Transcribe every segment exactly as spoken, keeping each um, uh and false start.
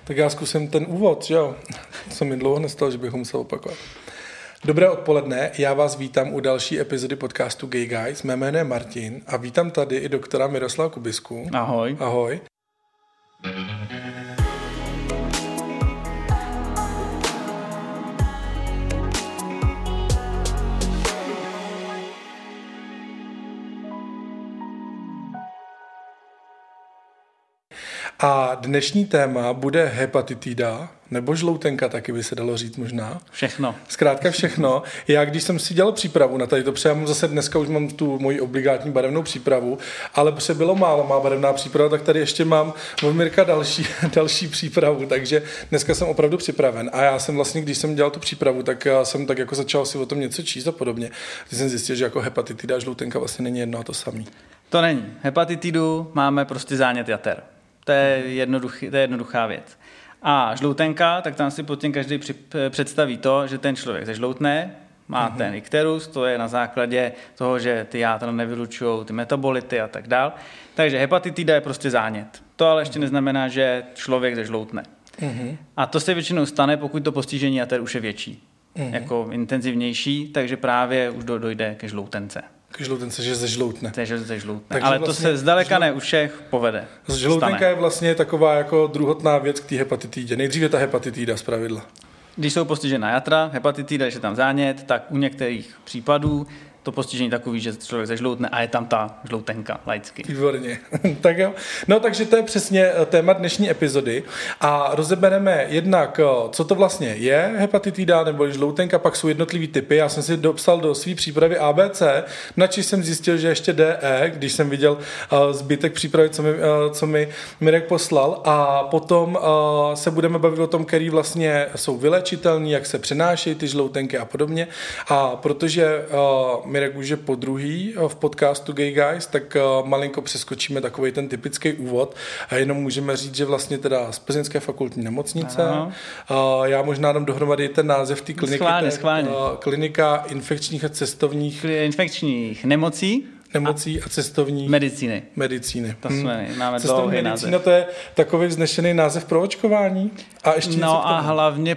Tak já zkusím ten úvod, že jo? Se mi dlouho nestalo, že bych ho musel opakovat. Dobré odpoledne, já vás vítám u další epizody podcastu Gay Guys. Mé jméno je Martin a vítám tady i doktora Miroslava Kubisku. Ahoj. Ahoj. A dnešní téma bude hepatitida, nebo žloutenka, taky by se dalo říct možná. Všechno. Zkrátka všechno. Já, když jsem si dělal přípravu na tady to, protože já mám zase dneska už mám tu moji obligátní barevnou přípravu, ale protože bylo málo má barevná příprava, tak tady ještě mám od Mirka další, další přípravu, takže dneska jsem opravdu připraven. A já jsem vlastně, když jsem dělal tu přípravu, tak jsem tak jako začal si o tom něco číst a podobně. Když jsem zjistil, že jako hepatitida a žloutenka vlastně není jedno a to samý. To není. Hepatitidu máme prostě zánět jater. To je, jednoduchý, to je jednoduchá věc. A žloutenka, tak tam si pod tím každý při, představí to, že ten člověk zežloutne, má uh-huh. ten ikterus, to je na základě toho, že ty játra nevylučují ty metabolity a tak dál. Takže hepatitida je prostě zánět. To ale ještě neznamená, že člověk zežloutne. Uh-huh. A to se většinou stane, pokud to postižení jater už je větší, uh-huh. jako intenzivnější, takže právě už do, dojde ke žloutence. K žloutence, že zežloutne. Takže zežloutne. Ale vlastně to se zdaleka žlou... ne u všech povede. Žloutenka stane. Je vlastně taková jako druhotná věc k té hepatitidě. Nejdřív je ta hepatitida zpravidla. Když jsou postižená jatra, hepatitida, když je tam zánět, tak u některých případů to postižení takový, že člověk zežloutne a je tam ta žloutenka laicky. Výborně. Tak jo. No takže to je přesně téma dnešní epizody a rozebereme jednak, co to vlastně je hepatitida nebo žloutenka, pak jsou jednotlivý typy. Já jsem si dopsal do své přípravy A B C, načež jsem zjistil, že ještě D E, když jsem viděl zbytek přípravy, co mi, co mi Mirek poslal, a potom se budeme bavit o tom, který vlastně jsou vylečitelný, jak se přenášejí ty žloutenky a podobně. A protože Mirek už je po druhý v podcastu Gay Guys, tak malinko přeskočíme takový ten typický úvod a jenom můžeme říct, že vlastně teda z Plzeňské fakultní nemocnice. Aha. Já možná dám dohromady ten název té kliniky. Schválně, schválně. Klinika infekčních a cestovních infekčních nemocí. Nemocí a cestovní medicíny. Medicíny. To jsme, hmm. máme cestovní dlouhý medicína, název. To je takový vznešený název pro očkování. A ještě no a hlavně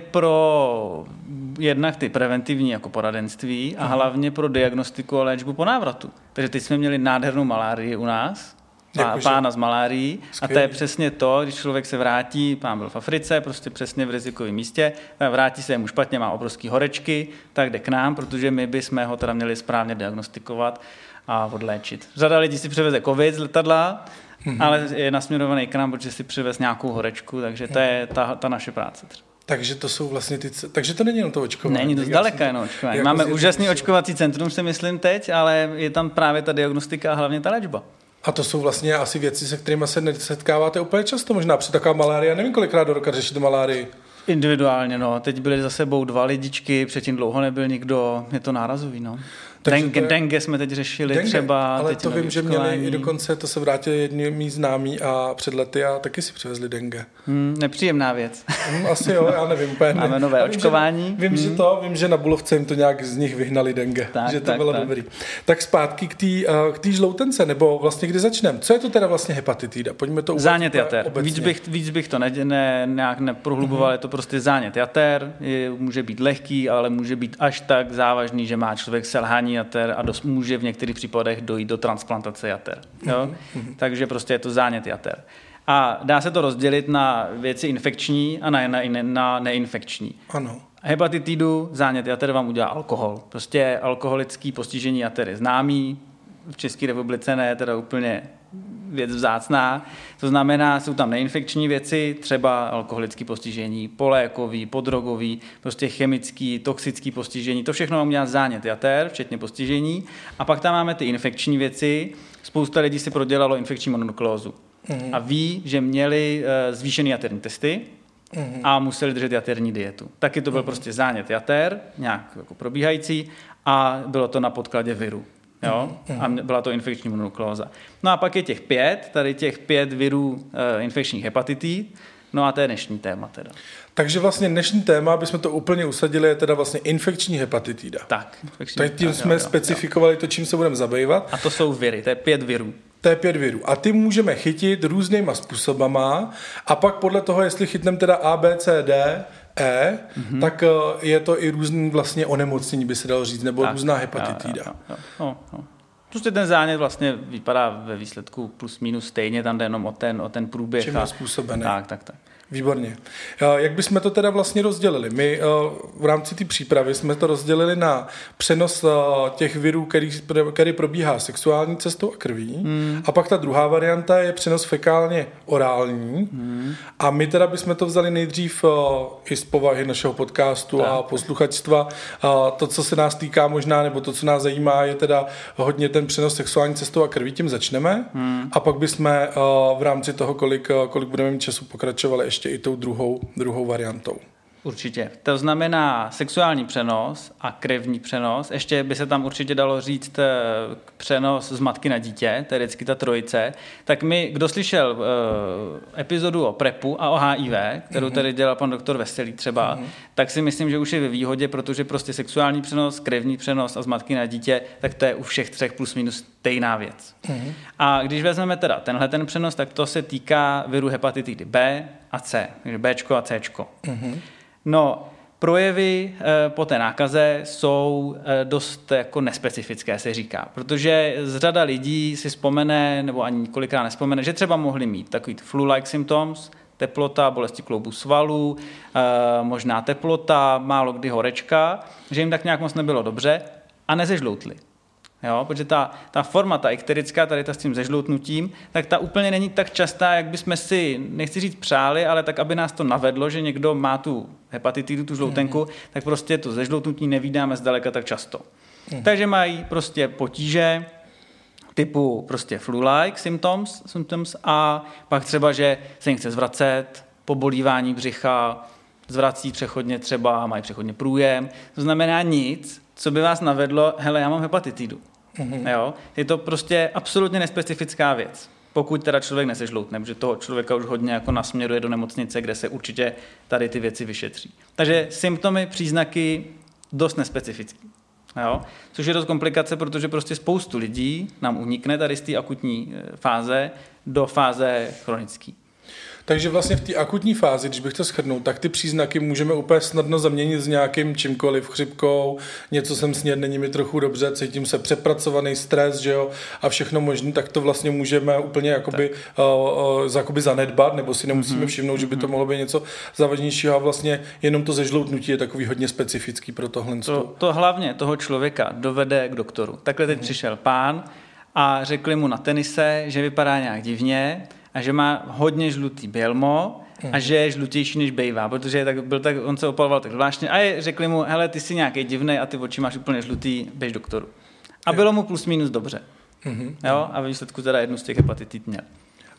pro jednak ty preventivní jako poradenství a Aha. hlavně pro diagnostiku a léčbu po návratu. Takže teď jsme měli nádhernou malárii u nás, Jako, pána z malárií a to je přesně to, když člověk se vrátí, pán byl v Africe, prostě přesně v rizikovém místě, vrátí se mu špatně, má obrovský horečky, tak jde k nám, protože my bychom ho teda měli správně diagnostikovat a odléčit. Řada lidí si přiveze covid z letadla, mm-hmm. ale je nasměrovaný k nám, protože si přivez nějakou horečku, takže to je ta, ta naše práce. Takže to jsou vlastně ty, takže to není jenom to očkování. Není to zdaleka jenom očkování. Jako Máme úžasný očkovací centrum, si myslím teď, ale je tam právě ta diagnostika a hlavně ta léčba. A to jsou vlastně asi věci, se kterými se nesetkáváte úplně často, možná při taková malárie. Nevím, kolikrát do roka řešíte malárii. Individuálně, no. Teď byly za sebou dva lidičky, předtím dlouho nebyl nikdo, je to nárazový, no. Dengue, je... dengue jsme teď řešili dengue, třeba. Ale teď to vím, že měli i dokonce, to se vrátili jedni mý známí a před lety a taky si přivezli dengue. Hmm, nepříjemná věc. Hmm, asi jo, já nevím. Úplně Máme nové já očkování. Vím, že, vím, hmm. že to, vím, že na Bulovce jim to nějak z nich vyhnali dengue, tak, že to tak, bylo tak. dobrý. Tak zpátky k té k té žloutence, nebo vlastně kdy začneme. Co je to teda vlastně hepatitida? Pojďme to zánět jater. Víc bych, víc bych to ne, ne, nějak neprohluboval, hmm. je to prostě zánět jater, je, může být lehký, ale může být až tak závažný, že má člověk selhání jater a dost může v některých případech dojít do transplantace jater. Jo? Mm-hmm. Takže prostě je to zánět jater. A dá se to rozdělit na věci infekční a na, na, na neinfekční. Ano. Hepatitidu, zánět jater vám udělá alkohol. Prostě alkoholický postižení jater je známý. V České republice ne, je teda úplně věc vzácná. To znamená, jsou tam neinfekční věci, třeba alkoholické postižení, polékový, podrogový, prostě chemický, toxický postižení. To všechno vám udělá zánět jater, včetně postižení. A pak tam máme ty infekční věci. Spousta lidí si prodělalo infekční mononukleózu. Mm. A ví, že měli uh, zvýšený jaterní testy mm. a museli držet jaterní dietu. Taky to byl mm. prostě zánět jater, nějak jako probíhající, a bylo to na podkladě viru. Jo? A byla to infekční mononukleóza. No a pak je těch pět, tady těch pět virů uh, infekčních hepatitid, no a to je dnešní téma teda. Takže vlastně dnešní téma, aby jsme to úplně usadili, je teda vlastně infekční hepatitida. Tak. Tak tím tak, jsme jo, jo, specifikovali jo. to, čím se budeme zabývat. A to jsou viry, to je pět virů. to je pět virů. A ty můžeme chytit různýma způsobama a pak podle toho, jestli chytneme teda A, B, C, D, E, mm-hmm. tak je to i různý vlastně onemocnění, by se dalo říct, nebo tak, různá hepatitida. Jo, jo, jo, jo. Prostě ten zánět vlastně vypadá ve výsledku plus minus stejně, tam jde jenom o ten, o ten průběh. Čím je způsobený. Tak, tak, tak. Výborně. Jak bychom to teda vlastně rozdělili? My v rámci té přípravy jsme to rozdělili na přenos těch virů, který, který probíhá sexuální cestou a krví. Hmm. A pak ta druhá varianta je přenos fekálně orální. Hmm. A my teda bychom to vzali nejdřív i z povahy našeho podcastu tak. a posluchačstva. To, co se nás týká možná, nebo to, co nás zajímá, je teda hodně ten přenos sexuální cestou a krví. Tím začneme. Hmm. A pak bychom v rámci toho, kolik, kolik budeme mít času, pokračovali ještě i tou druhou, druhou variantou. Určitě. To znamená sexuální přenos a krevní přenos. Ještě by se tam určitě dalo říct přenos z matky na dítě, to je vždycky ta trojice. Tak my, kdo slyšel uh, epizodu o PrEPu a o H I V, kterou tady dělal pan doktor Veselý třeba, uh-huh. tak si myslím, že už je ve výhodě, protože prostě sexuální přenos, krevní přenos a z matky na dítě, tak to je u všech třech plus minus stejná věc. Uh-huh. A když vezmeme teda tenhle ten přenos, tak to se týká viru hepatitidy B a C, takže Bčko a Cčko. Uh-huh. No, projevy e, po té nákaze jsou e, dost jako nespecifické, se říká, protože z řada lidí si vzpomene, nebo ani několikrát nespomene, že třeba mohli mít takový flu-like symptoms, teplota, bolesti kloubu svalů, e, možná teplota, málo kdy horečka, že jim tak nějak moc nebylo dobře a nezežloutli. Jo, protože ta, ta forma, ta ikterická, tady ta s tím zežloutnutím, tak ta úplně není tak častá, jak bychom si, nechci říct přáli, ale tak, aby nás to navedlo, že někdo má tu hepatitidu, tu žloutenku, mm. tak prostě to zežloutnutí nevídáme zdaleka tak často. Mm. Takže mají prostě potíže typu prostě flu-like symptoms, symptoms a pak třeba, že se jim chce zvracet, pobolívání břicha, zvrací přechodně třeba, mají přechodně průjem, to znamená nic, co by vás navedlo, hele, já mám hepatitidu. Mm-hmm. Jo? Je to prostě absolutně nespecifická věc. Pokud teda člověk nesežloutne, protože toho člověka už hodně jako nasměruje do nemocnice, kde se určitě tady ty věci vyšetří. Takže symptomy, příznaky dost nespecifický. Jo? Což je dost komplikace, protože prostě spoustu lidí nám unikne tady z té akutní fáze do fáze chronické. Takže vlastně v té akutní fázi, když bych to shrnul, tak ty příznaky můžeme úplně snadno zaměnit s nějakým čímkoliv, chřipkou, něco jsem snědl, není mi trochu dobře, cítím se přepracovaný, stres, že jo, a všechno možné, tak to vlastně můžeme úplně jakoby, uh, uh, jakoby zanedbat, nebo si nemusíme všimnout, mm-hmm. že by to mohlo být něco závažnějšího a vlastně jenom to zežloutnutí je takový hodně specifický pro tohle. To, to hlavně toho člověka dovede k doktoru. Takhle teď mm-hmm. přišel pán a řekli mu na tenise, že vypadá nějak divně, a že má hodně žlutý bělmo a že je žlutější než bejvá, protože tak, byl tak, on se opaloval tak zvláštně a je, řekli mu, hele, ty jsi nějaký divnej a ty oči máš úplně žlutý, běž doktoru. A bylo mu plus minus dobře. Mm-hmm. Jo? A ve výsledku teda jednu z těch hepatitid měl.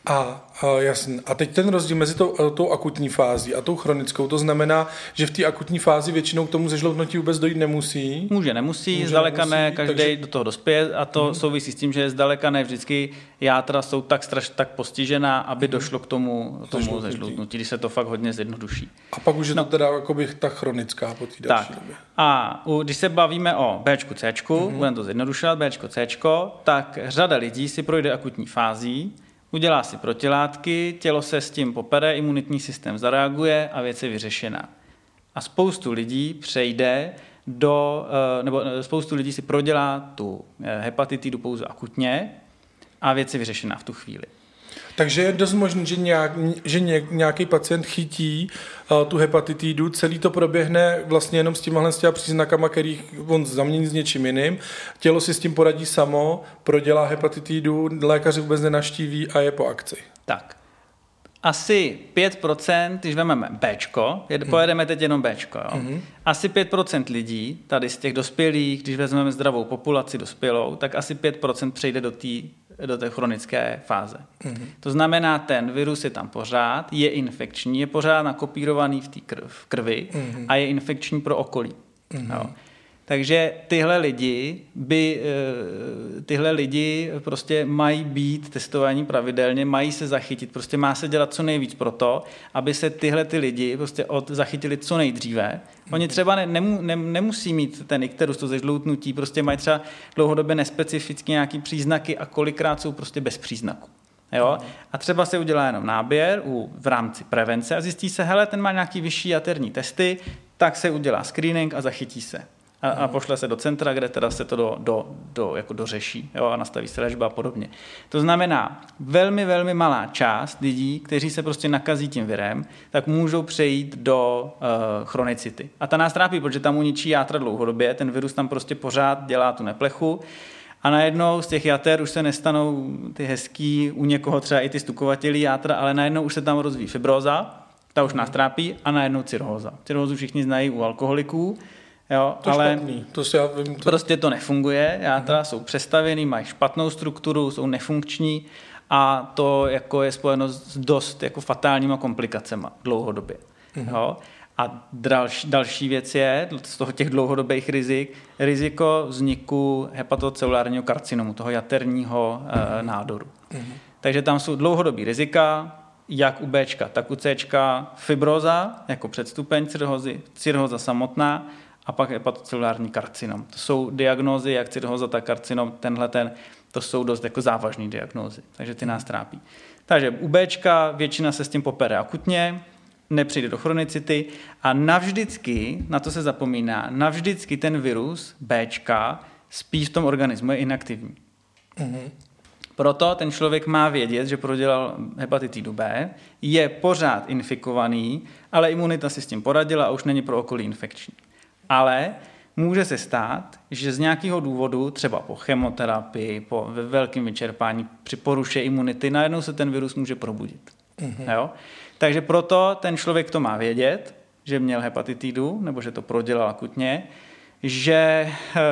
A, a jasně. A teď ten rozdíl mezi tou, tou akutní fází a tou chronickou, to znamená, že v té akutní fázi většinou k tomu zežloutnutí vůbec dojít nemusí. Může, nemusí, Může, zdaleka nemusí, ne, každý takže... do toho dospěje a to hmm. souvisí s tím, že zdaleka ne vždycky játra jsou tak strašně tak postižená, aby hmm. došlo k tomu, tomu zežloutnutí, když se to fakt hodně zjednoduší. A pak už je no. to teda jakoby ta chronická po té další době. A u, když se bavíme o Bčku, Cčku, hmm. budeme to zjednodušovat, Bčko, Cčko, tak řada lidí si projde akutní fází, udělá si protilátky, tělo se s tím popere, imunitní systém zareaguje a věc je vyřešená. A spoustu lidí přejde do, nebo spoustu lidí si prodělá tu hepatitidu pouze akutně a věc je vyřešená v tu chvíli. Takže je dost možné, že, nějak, že nějaký pacient chytí uh, tu hepatitidu, celý to proběhne vlastně jenom s těmahle s těma příznakama, který on zamění s něčím jiným. Tělo si s tím poradí samo, prodělá hepatitidu, lékaři vůbec nenavštíví a je po akci. Tak. Asi pět procent, když vezmeme Bčko, pojedeme teď jenom Bčko, jo? Mm-hmm. Asi pět procent lidí, tady z těch dospělých, když vezmeme zdravou populaci dospělou, tak asi pět procent přejde do té do té chronické fáze. Mm-hmm. To znamená, ten virus je tam pořád, je infekční, je pořád nakopírovaný v té krv, krvi mm-hmm. a je infekční pro okolí. Mm-hmm. Jo. Takže tyhle lidi by, tyhle lidi prostě mají být testovaní pravidelně, mají se zachytit, prostě má se dělat co nejvíc pro to, aby se tyhle ty lidi prostě od, zachytili co nejdříve. Oni třeba ne, nemu, ne, nemusí mít ten ikterus, to zežloutnutí, prostě mají třeba dlouhodobě nespecifické nějaký příznaky a kolikrát jsou prostě bez příznaků. Jo? A třeba se udělá jenom náběr u, v rámci prevence a zjistí se, hele, ten má nějaký vyšší jaterní testy, tak se udělá screening a zachytí se. A, a pošle se do centra, kde teda se to do, do, do, jako dořeší, jo, a nastaví se léčba a podobně. To znamená, velmi, velmi malá část lidí, kteří se prostě nakazí tím virem, tak můžou přejít do uh, chronicity. A ta nás trápí, protože tam uničí játra dlouhodobě, ten virus tam prostě pořád dělá tu neplechu a najednou z těch jater už se nestanou ty hezký, u někoho třeba i ty stukovatělý játra, ale najednou už se tam rozvíjí fibróza, ta už nás trápí, a najednou cirhóza. Cirhózu všichni znají u alkoholiků. Jo, to ale to si já vím, to... prostě to nefunguje, játra jsou přestavěný, mají špatnou strukturu, jsou nefunkční a to jako je spojeno s dost jako fatálníma komplikacemi dlouhodobě. Uh-huh. Jo. A další, další věc je, z toho těch dlouhodobých rizik, riziko vzniku hepatocelulárního karcinomu, toho jaterního uh-huh. e, nádoru. Uh-huh. Takže tam jsou dlouhodobý rizika, jak u Bčka, tak u Cčka, fibroza jako předstupeň cirhózy, cirhóza samotná, a pak hepatocelulární karcinom. To jsou diagnózy, jak cirhóza, tak karcinom, tenhle ten, to jsou dost jako závažné diagnózy, takže ty nás trápí. Takže u Bčka většina se s tím popere akutně, nepřijde do chronicity a navždycky, na to se zapomíná, navždycky ten virus Bčka spí v tom organismu, je inaktivní. Mm-hmm. Proto ten člověk má vědět, že prodělal hepatitidu B, je pořád infikovaný, ale imunita si s tím poradila a už není pro okolí infekční. Ale může se stát, že z nějakého důvodu, třeba po chemoterapii, po velkém vyčerpání, při poruše imunity, najednou se ten virus může probudit. Mm-hmm. Jo? Takže proto ten člověk to má vědět, že měl hepatitidu, nebo že to prodělal akutně, že e,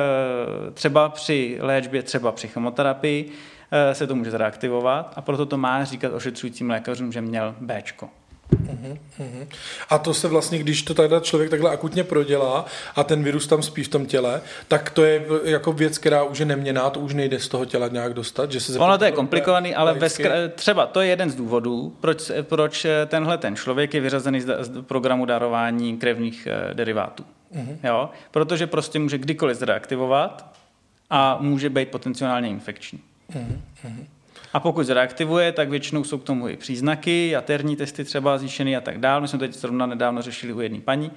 třeba při léčbě, třeba při chemoterapii e, se to může zreaktivovat a proto to má říkat ošetřujícím lékařům, že měl Bčko. Uhum, uhum. A to se vlastně, když to takhle člověk takhle akutně prodělá a ten virus tam spí v tom těle, tak to je jako věc, která už je neměnná, to už nejde z toho těla nějak dostat. Že se ono to je komplikovaný, ale ve skr- třeba to je jeden z důvodů, proč, proč tenhle ten člověk je vyřazený z, z programu darování krevních eh, derivátů. Uhum. Jo? Protože prostě může kdykoliv zreaktivovat a může být potenciálně infekční. Uhum, uhum. A pokud zreaktivuje, tak většinou jsou k tomu i příznaky, jaterní testy třeba zvýšený a tak dále. My jsme teď zrovna nedávno řešili u jedné paní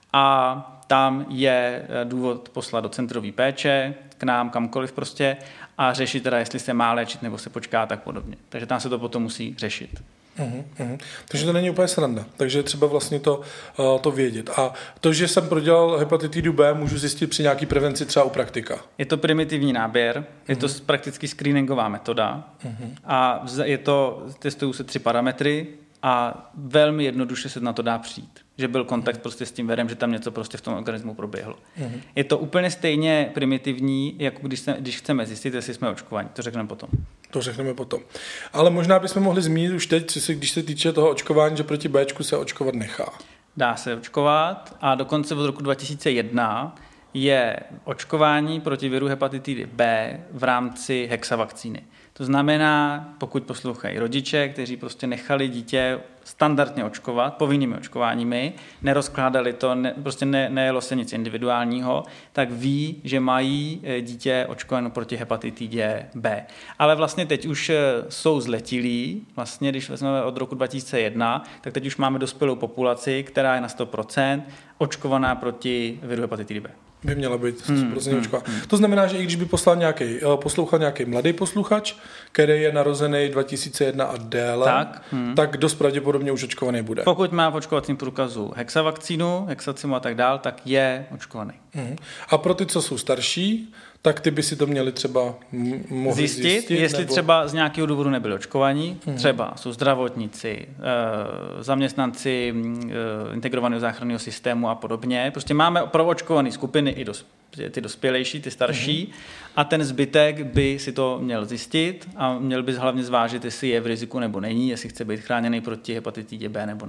a tam je důvod poslat do centrové péče, k nám, kamkoliv prostě a řešit teda, jestli se má léčit nebo se počká tak podobně. Takže tam se to potom musí řešit. Uhum, uhum. Takže to není úplně sranda. Takže třeba vlastně to, uh, to vědět. A to, že jsem prodělal hepatitidu B, můžu zjistit při nějaký prevenci třeba u praktika. Je to primitivní náběr, je uhum. to prakticky screeningová metoda uhum. a je to, testují se tři parametry a velmi jednoduše se na to dá přijít. Že byl kontakt uhum. prostě s tím virem, že tam něco prostě v tom organismu proběhlo. Uhum. Je to úplně stejně primitivní, jako když, se, když chceme zjistit, jestli jsme očkovaní. To řekneme potom. To řekneme potom. Ale možná bychom mohli zmínit už teď, když se týče toho očkování, že proti Bčku se očkovat nechá. Dá se očkovat a dokonce od roku dva tisíce jedna je očkování proti viru hepatitidy B v rámci hexavakcíny. To znamená, pokud poslouchají rodiče, kteří prostě nechali dítě standardně očkovat, povinnými očkováními, nerozkládali to, ne, prostě ne, nejelo se nic individuálního, tak ví, že mají dítě očkováno proti hepatitidě B. Ale vlastně teď už jsou zletilí, vlastně když vezmeme od roku dva tisíce jedna, tak teď už máme dospělou populaci, která je na sto procent očkovaná proti viru hepatitidy B. By měla být sto procent hmm, očkovaná. Hmm. To znamená, že i když by poslal nějaký, poslouchal nějaký mladý posluchač, který je narozený dva tisíce jedna a déle, tak, hmm. tak dost pravděpodobně už očkovaný bude. Pokud má v očkovacím průkazu hexavakcínu, hexacimu a tak dál, tak je očkovaný. Hmm. A pro ty, co jsou starší, tak ty by si to měli třeba mohli zjistit, zjistit jestli nebo... třeba z nějakého důvodu nebyli očkovaní, hmm. třeba jsou zdravotníci, zaměstnanci integrovaného záchranného systému a podobně. Prostě máme proočkované skupiny i dos, ty dospělejší, ty starší hmm. a ten zbytek by si to měl zjistit a měl by hlavně zvážit, jestli je v riziku nebo není, jestli chce být chráněný proti hepatitidě B nebo ne.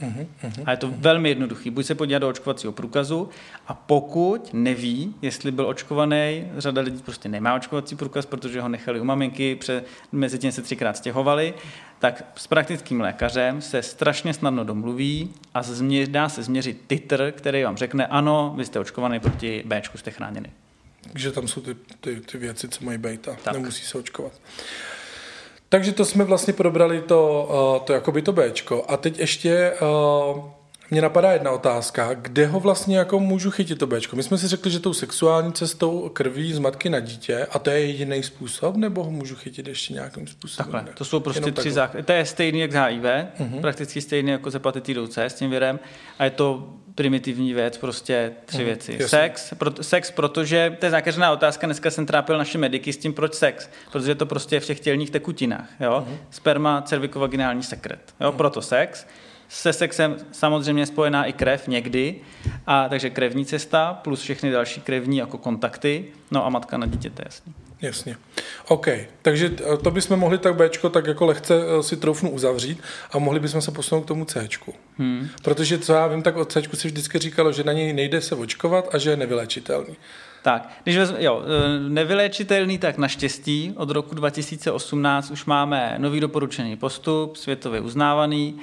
Uh-huh, uh-huh, a je to uh-huh. velmi jednoduchý. Buď se podívat do očkovacího průkazu a pokud neví, jestli byl očkovaný, řada lidí prostě nemá očkovací průkaz, protože ho nechali u maminky, pře, mezi tím se třikrát stěhovali, tak s praktickým lékařem se strašně snadno domluví a změ, dá se změřit titr, který vám řekne, ano, vy jste očkovaný proti Bčku, jste chráněni. Takže tam jsou ty, ty, ty věci, co mají být a tak. Nemusí se očkovat. Takže to jsme vlastně probrali to, to jakoby to Bčko. A teď ještě uh, mě napadá jedna otázka. Kde ho vlastně jako můžu chytit to Bčko? My jsme si řekli, že tou sexuální cestou krví z matky na dítě a to je jediný způsob, nebo ho můžu chytit ještě nějakým způsobem? Takhle, to jsou prostě tři základy. To je stejný jak s H I V, uh-huh. prakticky stejný jako s hepatitidou C, s tím virem a je to primitivní věc, prostě tři uh-huh. věci. Jasně. Sex, pro, sex, protože to je zákeřná otázka, dneska jsem trápil naše mediky s tím, proč sex, protože to prostě je v těch tělních tekutinách, jo? Uh-huh. Sperma, cervikovaginální sekret, jo? Uh-huh. Proto sex. Se sexem samozřejmě spojená i krev někdy, a takže krevní cesta plus všechny další krevní jako kontakty, no a matka na dítě, to je jasný. Jasně. OK, takže to bychom mohli tak Bčko tak jako lehce si troufnu uzavřít a mohli bychom se posunout k tomu Cčku. Hmm. Protože co já vím, tak o Cčku si vždycky říkalo, že na něj nejde se očkovat a že je nevyléčitelný. Tak, když vezme, jo, nevyléčitelný, tak naštěstí od roku dva tisíce osmnáct už máme nový doporučený postup, světově uznávaný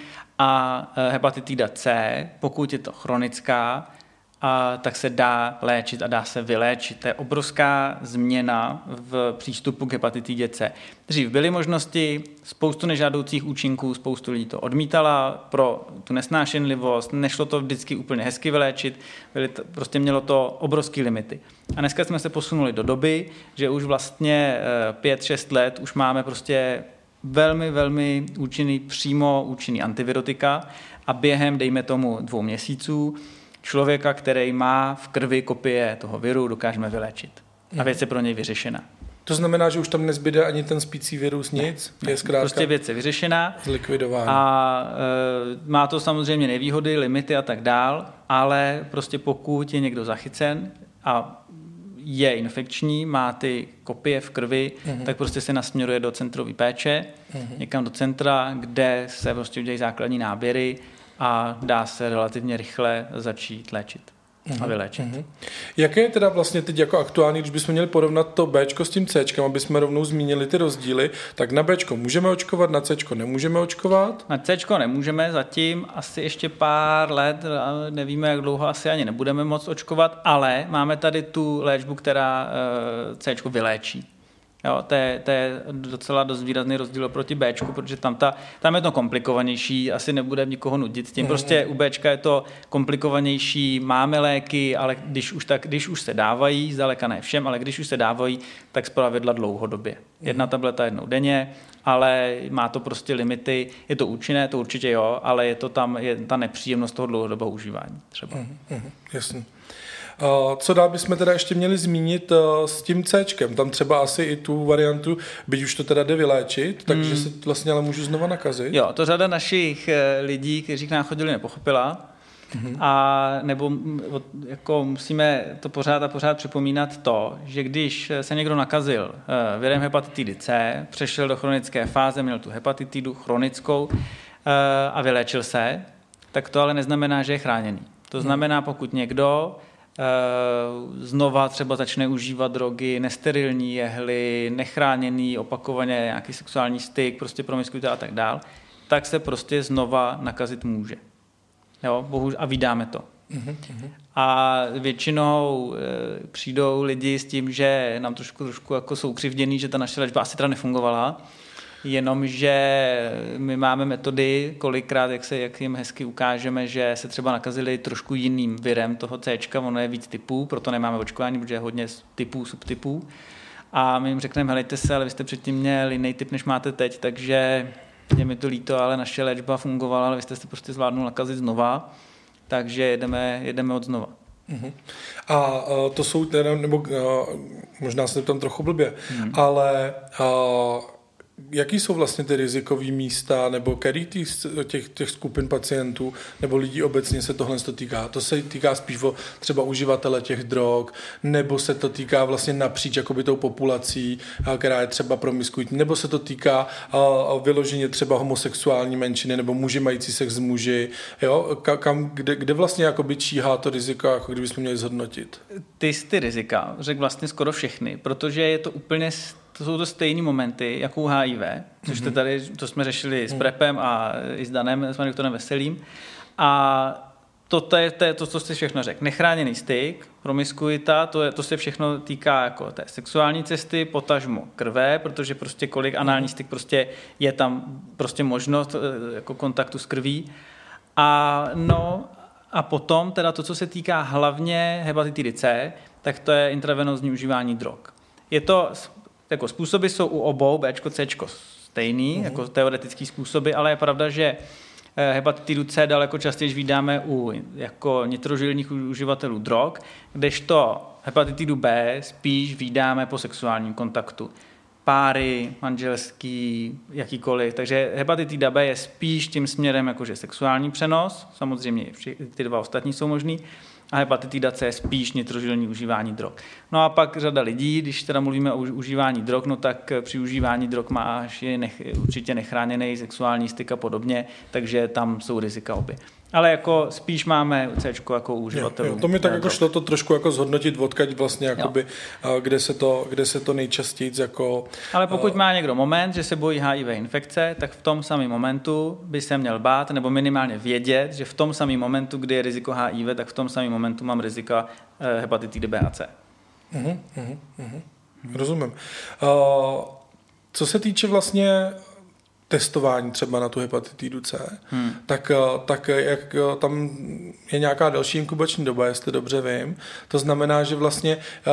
a hepatitida C, pokud je to chronická, a tak se dá léčit a dá se vyléčit. To je obrovská změna v přístupu k hepatitidě C. Dřív byly možnosti, spoustu nežádoucích účinků, spoustu lidí to odmítala pro tu nesnášenlivost, nešlo to vždycky úplně hezky vyléčit, to, prostě mělo to obrovské limity. A dneska jsme se posunuli do doby, že už vlastně pět šest let už máme prostě velmi, velmi účinný, přímo účinný antivirotika a během, dejme tomu, dvou měsíců člověka, který má v krvi kopie toho viru, dokážeme vyléčit. A věc je pro něj vyřešena. To znamená, že už tam nezbyde ani ten spící virus, nic? Ne, je zkrátka prostě věc je vyřešená. Zlikvidování. A e, má to samozřejmě nevýhody, limity a tak dál, ale prostě pokud je někdo zachycen a je infekční, má ty kopie v krvi, uh-huh. tak prostě se nasměruje do centrové péče, uh-huh. někam do centra, kde se prostě udělají základní náběry a dá se relativně rychle začít léčit uh-huh. a vyléčit. Uh-huh. Jaké je teda vlastně teď jako aktuální, když bychom měli porovnat to Bčko s tím Cčkem, aby jsme rovnou zmínili ty rozdíly, tak na Bčko můžeme očkovat, na Cčko nemůžeme očkovat? Na Cčko nemůžeme zatím, asi ještě pár let, nevíme, jak dlouho, asi ani nebudeme moc očkovat, ale máme tady tu léčbu, která Cčko vyléčí. Jo, to, je, to je docela dost výrazný rozdíl oproti Bčku, protože tam, ta, tam je to komplikovanější, asi nebude nikoho nudit s tím. Prostě u Bčka je to komplikovanější, máme léky, ale když už, tak, když už se dávají, zdaleka ne všem, ale když už se dávají, tak zpravidla dlouhodobě. Jedna tableta jednou denně, ale má to prostě limity, je to účinné, to určitě jo, ale je to tam je ta nepříjemnost toho dlouhodobého užívání třeba. Uh, uh, jasně. Uh, co dál bychom teda ještě měli zmínit uh, s tím Cčkem? Tam třeba asi i tu variantu, byť už to teda jde vyléčit, takže hmm. se vlastně ale můžu znova nakazit. Jo, to řada našich lidí, kteří k nám chodili, nepochopila. Hmm. A nebo jako musíme to pořád a pořád připomínat to, že když se někdo nakazil uh, virem hepatitidy C, přešel do chronické fáze, měl tu hepatitidu chronickou uh, a vyléčil se, tak to ale neznamená, že je chráněný. To znamená, pokud někdo znova třeba začne užívat drogy, nesterilní jehly, nechráněný, opakovaně nějaký sexuální styk, prostě promiskuita a tak dál, tak se prostě znova nakazit může. Jo, bohu, a vydáme to. Uhum. A většinou e, přijdou lidi s tím, že nám trošku, trošku jako jsou křivděný, že ta naše léčba asi teda nefungovala, jenomže my máme metody, kolikrát, jak, se, jak jim hezky ukážeme, že se třeba nakazili trošku jiným virem toho Cčka, ono je víc typů, proto nemáme očkování, protože je hodně typů, subtypů. A my jim řekneme, helejte se, ale vy jste předtím měl jiný typ, než máte teď, takže je mi to líto, ale naše léčba fungovala, ale vy jste se prostě zvládnul nakazit znova, takže jedeme, jedeme od znova. Uh-huh. A uh, to jsou teda, nebo uh, možná se tam trochu blbě, hmm. ale uh, jaký jsou vlastně ty rizikové místa, nebo který těch, těch, těch skupin pacientů, nebo lidí obecně se tohle to týká? To se týká spíš o třeba uživatele těch drog, nebo se to týká vlastně napříč jakoby tou populací, která je třeba promiskuitní, nebo se to týká uh, vyloženě třeba homosexuální menšiny, nebo muži mající sex s muži, jo? Kam, kde, kde vlastně jakoby číhá to riziko, jako kdybychom měli zhodnotit? Ty jsi ty rizika řekl vlastně skoro všechny, protože je to úplně, to jsou to stejné momenty jako u H I V, což to tady, to jsme řešili s Prepem a i s Danem, s panem doktorem Veselým. A to je to, to, co jsi všechno řekl. Nechráněný styk, promiskuita, to, je, to se všechno týká jako té sexuální cesty, potažmo krve, protože prostě kolik anální styk prostě je tam prostě možnost jako kontaktu s krví. A no a potom teda to, co se týká hlavně hepatitidy C, tak to je intravenózní užívání drog. Je to, jako způsoby jsou u obou, Bčko, Cčko stejný, mm. jako teoretický způsoby, ale je pravda, že hepatitidu C daleko častěji vídáme u jako nitrožilních uživatelů drog, kdežto hepatitidu B spíš vídáme po sexuálním kontaktu. Páry, manželský, jakýkoliv. Takže hepatitida B je spíš tím směrem jakože sexuální přenos, samozřejmě ty dva ostatní jsou možný, a hepatitida C je spíš nitrožilní užívání drog. No a pak řada lidí, když teda mluvíme o užívání drog, no tak při užívání drog máš je nech, určitě nechráněný sexuální styk a podobně, takže tam jsou rizika obě. Ale jako spíš máme Cčko jako uživatelů. Jo, jo, to mi tak jako šlo to trošku jako zhodnotit, odkaď vlastně jakoby, kde se to, kde se to nejčastěji jako... Ale pokud má někdo moment, že se bojí H I V infekce, tak v tom samém momentu by se měl bát, nebo minimálně vědět, že v tom samém momentu, kdy je riziko H I V, tak v tom samém momentu mám rizika hepatitidy B a C. Uhum, uhum, uhum. Rozumím. Uh, co se týče vlastně testování třeba na tu hepatitidu C, hmm. tak, tak jak tam je nějaká další inkubační doba, jestli dobře vím. To znamená, že vlastně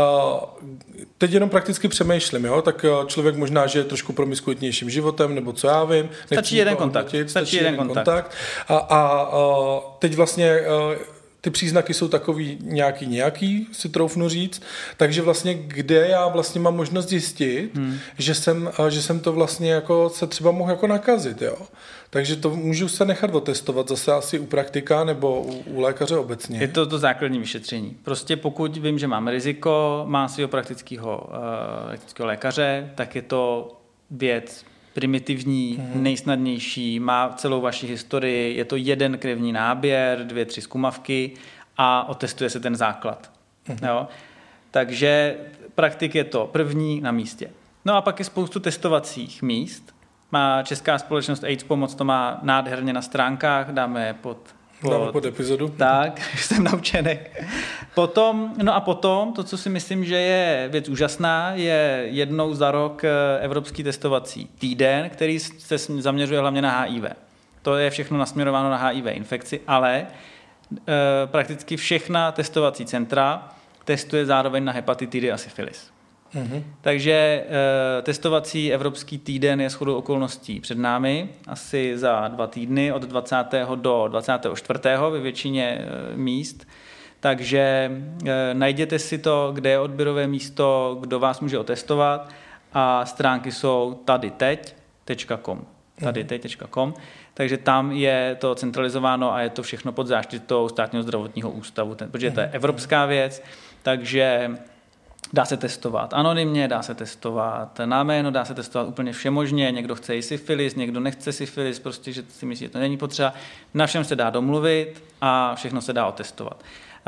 teď jenom prakticky přemýšlím, jo? Tak člověk možná žije trošku promiskuitnějším životem, nebo co já vím. Stačí jeden kontakt. Stačí, stačí jeden kontakt. kontakt. A, a teď vlastně ty příznaky jsou takový nějaký nějaký, si troufnu říct, takže vlastně kde já vlastně mám možnost zjistit, hmm. že, jsem, že jsem to vlastně jako se třeba mohl jako nakazit, jo. Takže to můžu se nechat otestovat zase asi u praktika nebo u, u lékaře obecně. Je to to základní vyšetření. Prostě pokud vím, že mám riziko, mám svého praktického, uh, praktického lékaře, tak je to věc primitivní, mm. nejsnadnější, má celou vaši historii, je to jeden krevní náběr, dvě, tři zkumavky a otestuje se ten základ. Mm. Jo? Takže praktik je to první na místě. No a pak je spoustu testovacích míst. Má Česká společnost AIDS Pomoc, to má nádherně na stránkách, dáme je pod Pod, pod epizodu. Tak, jsem naučený. Potom, no a potom, to, co si myslím, že je věc úžasná, je jednou za rok Evropský testovací týden, který se zaměřuje hlavně na H I V. To je všechno nasměrováno na H I V infekci, ale e, prakticky všechna testovací centra testuje zároveň na hepatitidy a syfilis. Mm-hmm. Takže e, testovací Evropský týden je shodou okolností před námi, asi za dva týdny, od dvacátého do dvacátého čtvrtého ve většině e, míst. Takže e, najděte si to, kde je odběrové místo, kdo vás může otestovat a stránky jsou tady teď tečka com. tady teď tečka com. Takže tam je to centralizováno a je to všechno pod záštitou Státního zdravotního ústavu, ten, protože to je evropská věc, takže dá se testovat anonymně, dá se testovat na jméno, dá se testovat úplně všemožně, někdo chce i syfilis, někdo nechce syfilis, prostě, že si myslí, že to není potřeba. Na všem se dá domluvit a všechno se dá otestovat.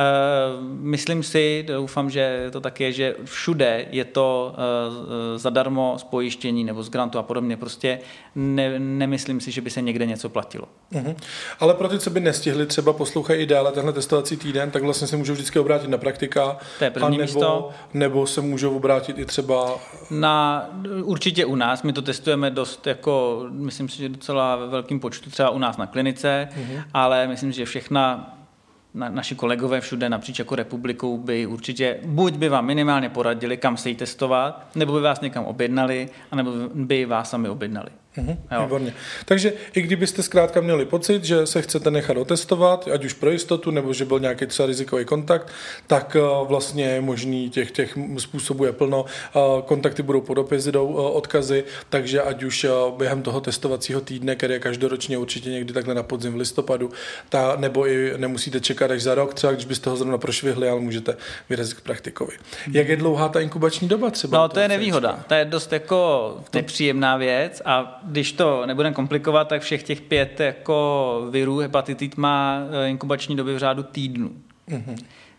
Myslím si, doufám, že to tak je, že všude je to zadarmo z pojištění nebo z grantu a podobně. Prostě ne, nemyslím si, že by se někde něco platilo. Uhum. Ale pro ty, co by nestihli, třeba poslouchají i dále tenhle testovací týden, tak vlastně se můžou vždycky obrátit na praktika. To je první nebo, místo. Nebo se můžou obrátit i třeba... Na, určitě u nás, my to testujeme dost jako, myslím si, že docela ve velkém počtu, třeba u nás na klinice, uhum. ale myslím si, že všechna Na, naši kolegové všude napříč jako republikou by určitě, buď by vám minimálně poradili, kam se jí testovat, nebo by vás někam objednali, anebo by vás sami objednali. Uhum, výborně. Takže i kdybyste zkrátka měli pocit, že se chcete nechat otestovat, ať už pro jistotu, nebo že byl nějaký třeba rizikový kontakt, tak vlastně je možný těch, těch způsobů je plno. Kontakty budou pod epizodou, odkazy, takže ať už během toho testovacího týdne, který je každoročně určitě někdy takhle na podzim v listopadu, ta, nebo i nemusíte čekat až za rok, třeba když byste ho zrovna prošvihli, ale můžete vyrazit k praktikovi. Hmm. Jak je dlouhá ta inkubační doba třeba? No to je nevýhoda. To je dost jako nepříjemná věc a když to nebudeme komplikovat, tak všech těch pět jako virů hepatitit má inkubační doby v řádu týdnů. Mm-hmm.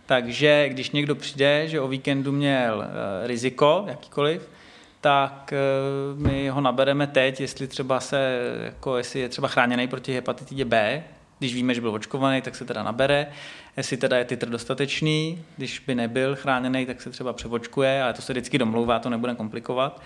Takže když někdo přijde, že o víkendu měl riziko, jakýkoliv, tak my ho nabereme teď, jestli třeba se, jako jestli je třeba chráněný proti hepatitidě B, když víme, že byl očkovaný, tak se teda nabere. Jestli teda je titr dostatečný, když by nebyl chráněný, tak se třeba převočkuje, ale to se vždycky domlouvá, to nebudeme komplikovat.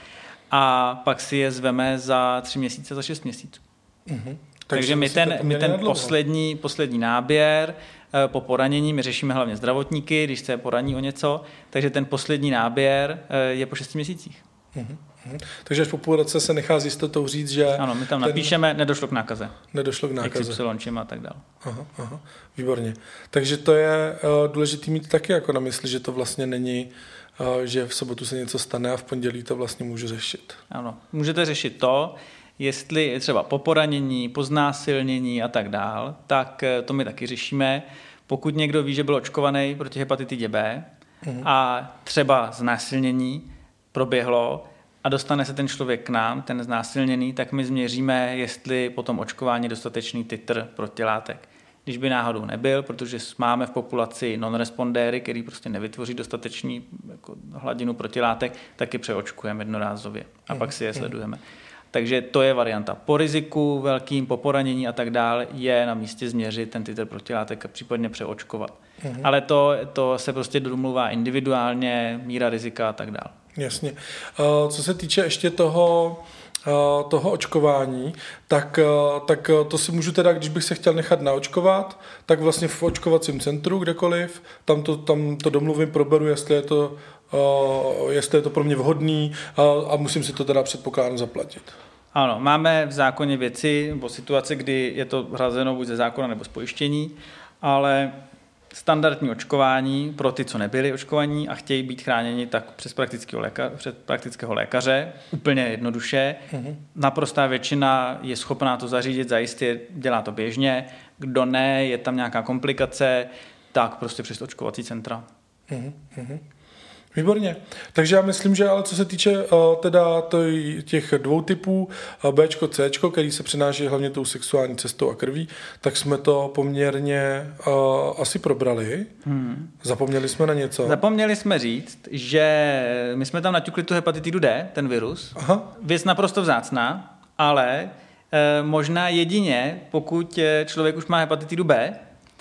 A pak si je zveme za tři měsíce, za šest měsíců. Mm-hmm. Takže, Takže my ten, my ten poslední, poslední náběr po poranění, my řešíme hlavně zdravotníky, když se poraní o něco, takže ten poslední náběr je po šesti měsících. Mm-hmm. Takže až po půl roce se nechá s jistotou říct, že... Ano, my tam ten... napíšeme, nedošlo k nákaze. Nedošlo k nákaze. X Y čím a tak dále. Aha, aha, výborně. Takže to je uh, důležité mít taky jako na mysli, že to vlastně není, uh, že v sobotu se něco stane a v pondělí to vlastně můžu řešit. Ano, můžete řešit to, jestli třeba po poranění, po znásilnění a tak dál, tak to my taky řešíme. Pokud někdo ví, že byl očkovaný proti hepatitidě B mhm. a třeba znásilnění proběhlo, a dostane se ten člověk k nám, ten znásilněný, tak my změříme, jestli po tom očkování dostatečný titr protilátek. Když by náhodou nebyl, protože máme v populaci non-respondéry, který prostě nevytvoří dostatečný jako hladinu protilátek, tak je přeočkujeme jednorázově a pak si je sledujeme. Takže to je varianta. Po riziku velkým, po poranění a tak dále je na místě změřit ten titr protilátek a případně přeočkovat. Mhm. Ale to, to se prostě domluvá individuálně, míra rizika a tak dále. Jasně. Co se týče ještě toho, toho očkování, tak, tak to si můžu teda, když bych se chtěl nechat naočkovat, tak vlastně v očkovacím centru, kdekoliv, tam to, tam to domluvím, proberu, jestli je to, jestli je to pro mě vhodný a musím si to teda předpokládám zaplatit. Ano, máme v zákoně věci nebo situace, kdy je to hrazeno buď ze zákona nebo z pojištění, ale standardní očkování pro ty, co nebyli očkovaní a chtějí být chráněni, tak přes praktického lékaře, přes praktického lékaře, úplně jednoduše. Mm-hmm. Naprostá většina je schopná to zařídit, zajistit, dělá to běžně. Kdo ne, je tam nějaká komplikace, tak prostě přes očkovací centra. Mm-hmm. Výborně. Takže já myslím, že ale co se týče uh, teda těch dvou typů, uh, Bčko, Cčko, který se přenáší hlavně tou sexuální cestou a krví, tak jsme to poměrně uh, asi probrali. Hmm. Zapomněli jsme na něco. Zapomněli jsme říct, že my jsme tam naťukli tu hepatitidu D, ten virus. Aha. Věc naprosto vzácná, ale uh, možná jedině, pokud člověk už má hepatitidu B,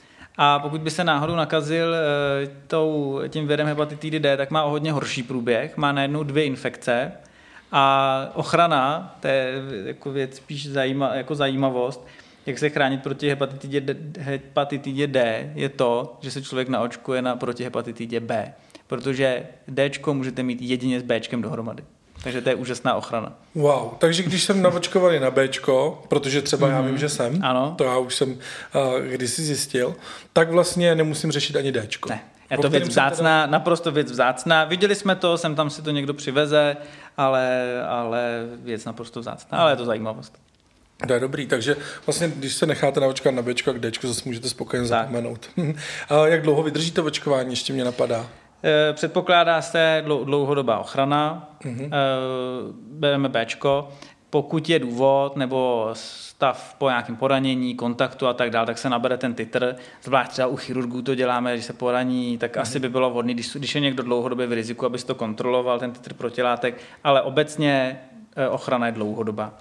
a pokud by se náhodou nakazil e, tou, tím virem hepatitidy D, tak má o hodně horší průběh, má najednou dvě infekce a ochrana, to je jako věc spíš zajíma, jako zajímavost, jak se chránit proti hepatitidě D, hepatitidě D, je to, že se člověk naočkuje na proti hepatitidě B, protože Dčko můžete mít jedině s Bčkem dohromady. Takže to je úžasná ochrana. Wow, takže když jsem naočkovaný na Bčko, protože třeba mm-hmm. já vím, že jsem, ano. To já už jsem uh, kdysi zjistil, tak vlastně nemusím řešit ani Dčko. Ne, je to věc vzácná, teda... naprosto věc vzácná. Viděli jsme to, sem tam si to někdo přiveze, ale, ale věc naprosto vzácná, ale je to zajímavost. To je dobrý, takže vlastně, když se necháte naočkat na Bčko a k Dčku, zase můžete spokojeně zapomenout. Jak dlouho vydržíte očkování, ještě mě napadá? Předpokládá se dlouhodobá ochrana, mm-hmm. bereme Bčko, pokud je důvod nebo stav po nějakém poranění, kontaktu a tak dále, tak se nabere ten titr, zvlášť třeba u chirurgů to děláme, když se poraní, tak mm-hmm. asi by bylo vhodné, když, když je někdo dlouhodobě v riziku, aby si to kontroloval, ten titr protilátek, ale obecně ochrana je dlouhodobá.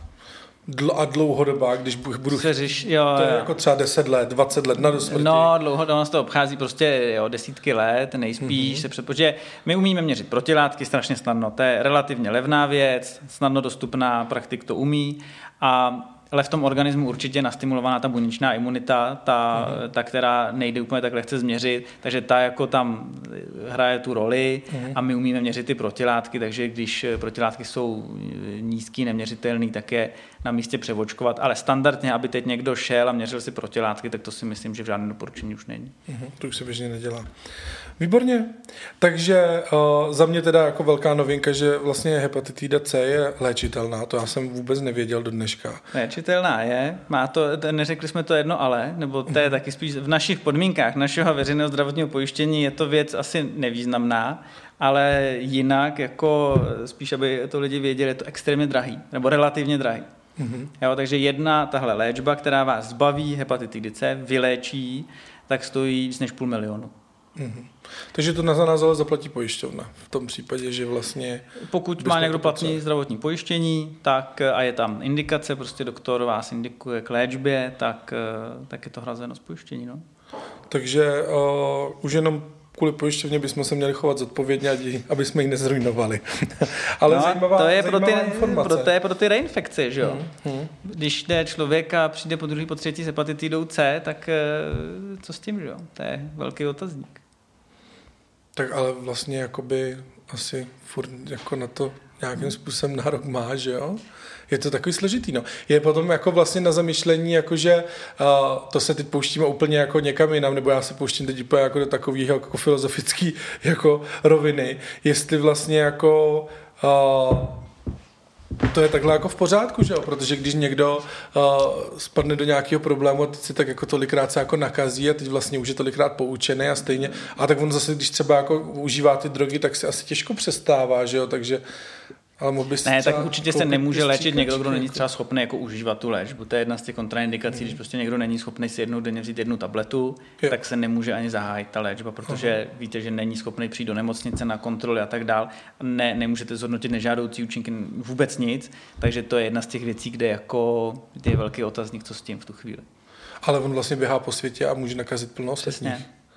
A dlouhodobá, když budu... Řeš, jo, to je jo. jako třeba deset let, dvacet let na dosmrti. No, dlouhodobě to obchází prostě jo, desítky let, nejspíš mm-hmm. se předpočítá. My umíme měřit protilátky strašně snadno, to je relativně levná věc, snadno dostupná, praktik to umí, a ale v tom organismu určitě je nastimulovaná ta buněčná imunita, ta, mm-hmm. ta, která nejde úplně tak lehce změřit, takže ta jako tam hraje tu roli mm-hmm. a my umíme měřit ty protilátky, takže když protilátky jsou nízký, neměřitelný, tak je na místě převočkovat, ale standardně, aby teď někdo šel a měřil si protilátky, tak to si myslím, že v žádném doporučení už není. Uhum, to už se běžně nedělá. Výborně. Takže uh, za mě teda jako velká novinka, že vlastně hepatitida C je léčitelná. To já jsem vůbec nevěděl do dneška. Léčitelná je. Má to, neřekli jsme to jedno ale, nebo to je taky spíš v našich podmínkách našeho veřejného zdravotního pojištění je to věc asi nevýznamná, ale jinak jako spíš, aby to lidi věděli, je to extrémně drahý, nebo relativně drahý. Mm-hmm. Jo, takže jedna tahle léčba, která vás zbaví hepatitidy C, vyléčí, tak stojí víc než půl milionu. Mm-hmm. Takže to na nás ale zaplatí pojišťovna. V tom případě, že vlastně... Pokud má někdo platný zdravotní pojištění, tak a je tam indikace, prostě doktor vás indikuje k léčbě, tak, tak je to hrazeno z pojištění. No. Takže uh, už jenom kvůli pojišťovně bychom se měli chovat zodpovědně, aby jsme ji nezrujnovali. Ale no, zajímavá, to je zajímavá pro ty, informace. Pro, to je pro ty reinfekce, že jo? Hmm, hmm. Když jde člověk a přijde po druhý, po třetí s hepatitidou C, tak co s tím, že jo? To je velký otazník. Tak ale vlastně jakoby asi furt jako na to nějakým způsobem nárok má, že jo? Je to takový složitý, no. Je potom jako vlastně na zamyšlení, jakože uh, to se teď pouštíme úplně jako někam jinam, nebo já se pouštím teď úplně jako do takových jako filozofický jako roviny, jestli vlastně jako uh, to je takhle jako v pořádku, že jo? Protože když někdo uh, spadne do nějakého problému a teď si tak jako tolikrát se jako nakazí a teď vlastně už je tolikrát poučený a stejně, a tak on zase, když třeba jako užívá ty drogy, tak se asi těžko přestává, že jo? Takže ale ne, tak určitě se nemůže léčit někdo, kdo není třeba schopný jako užívat tu léčbu. To je jedna z těch kontraindikací, hmm. když prostě někdo není schopný si jednou denně vzít jednu tabletu, je. tak se nemůže ani zahájit ta léčba, protože Aha. víte, že není schopný přijít do nemocnice na kontroly a tak dál. Ne, nemůžete zhodnotit nežádoucí účinky, vůbec nic, takže to je jedna z těch věcí, kde jako je velký otazník, co s tím v tu chvíli. Ale on vlastně běhá po světě a může nakazit plno ostatních.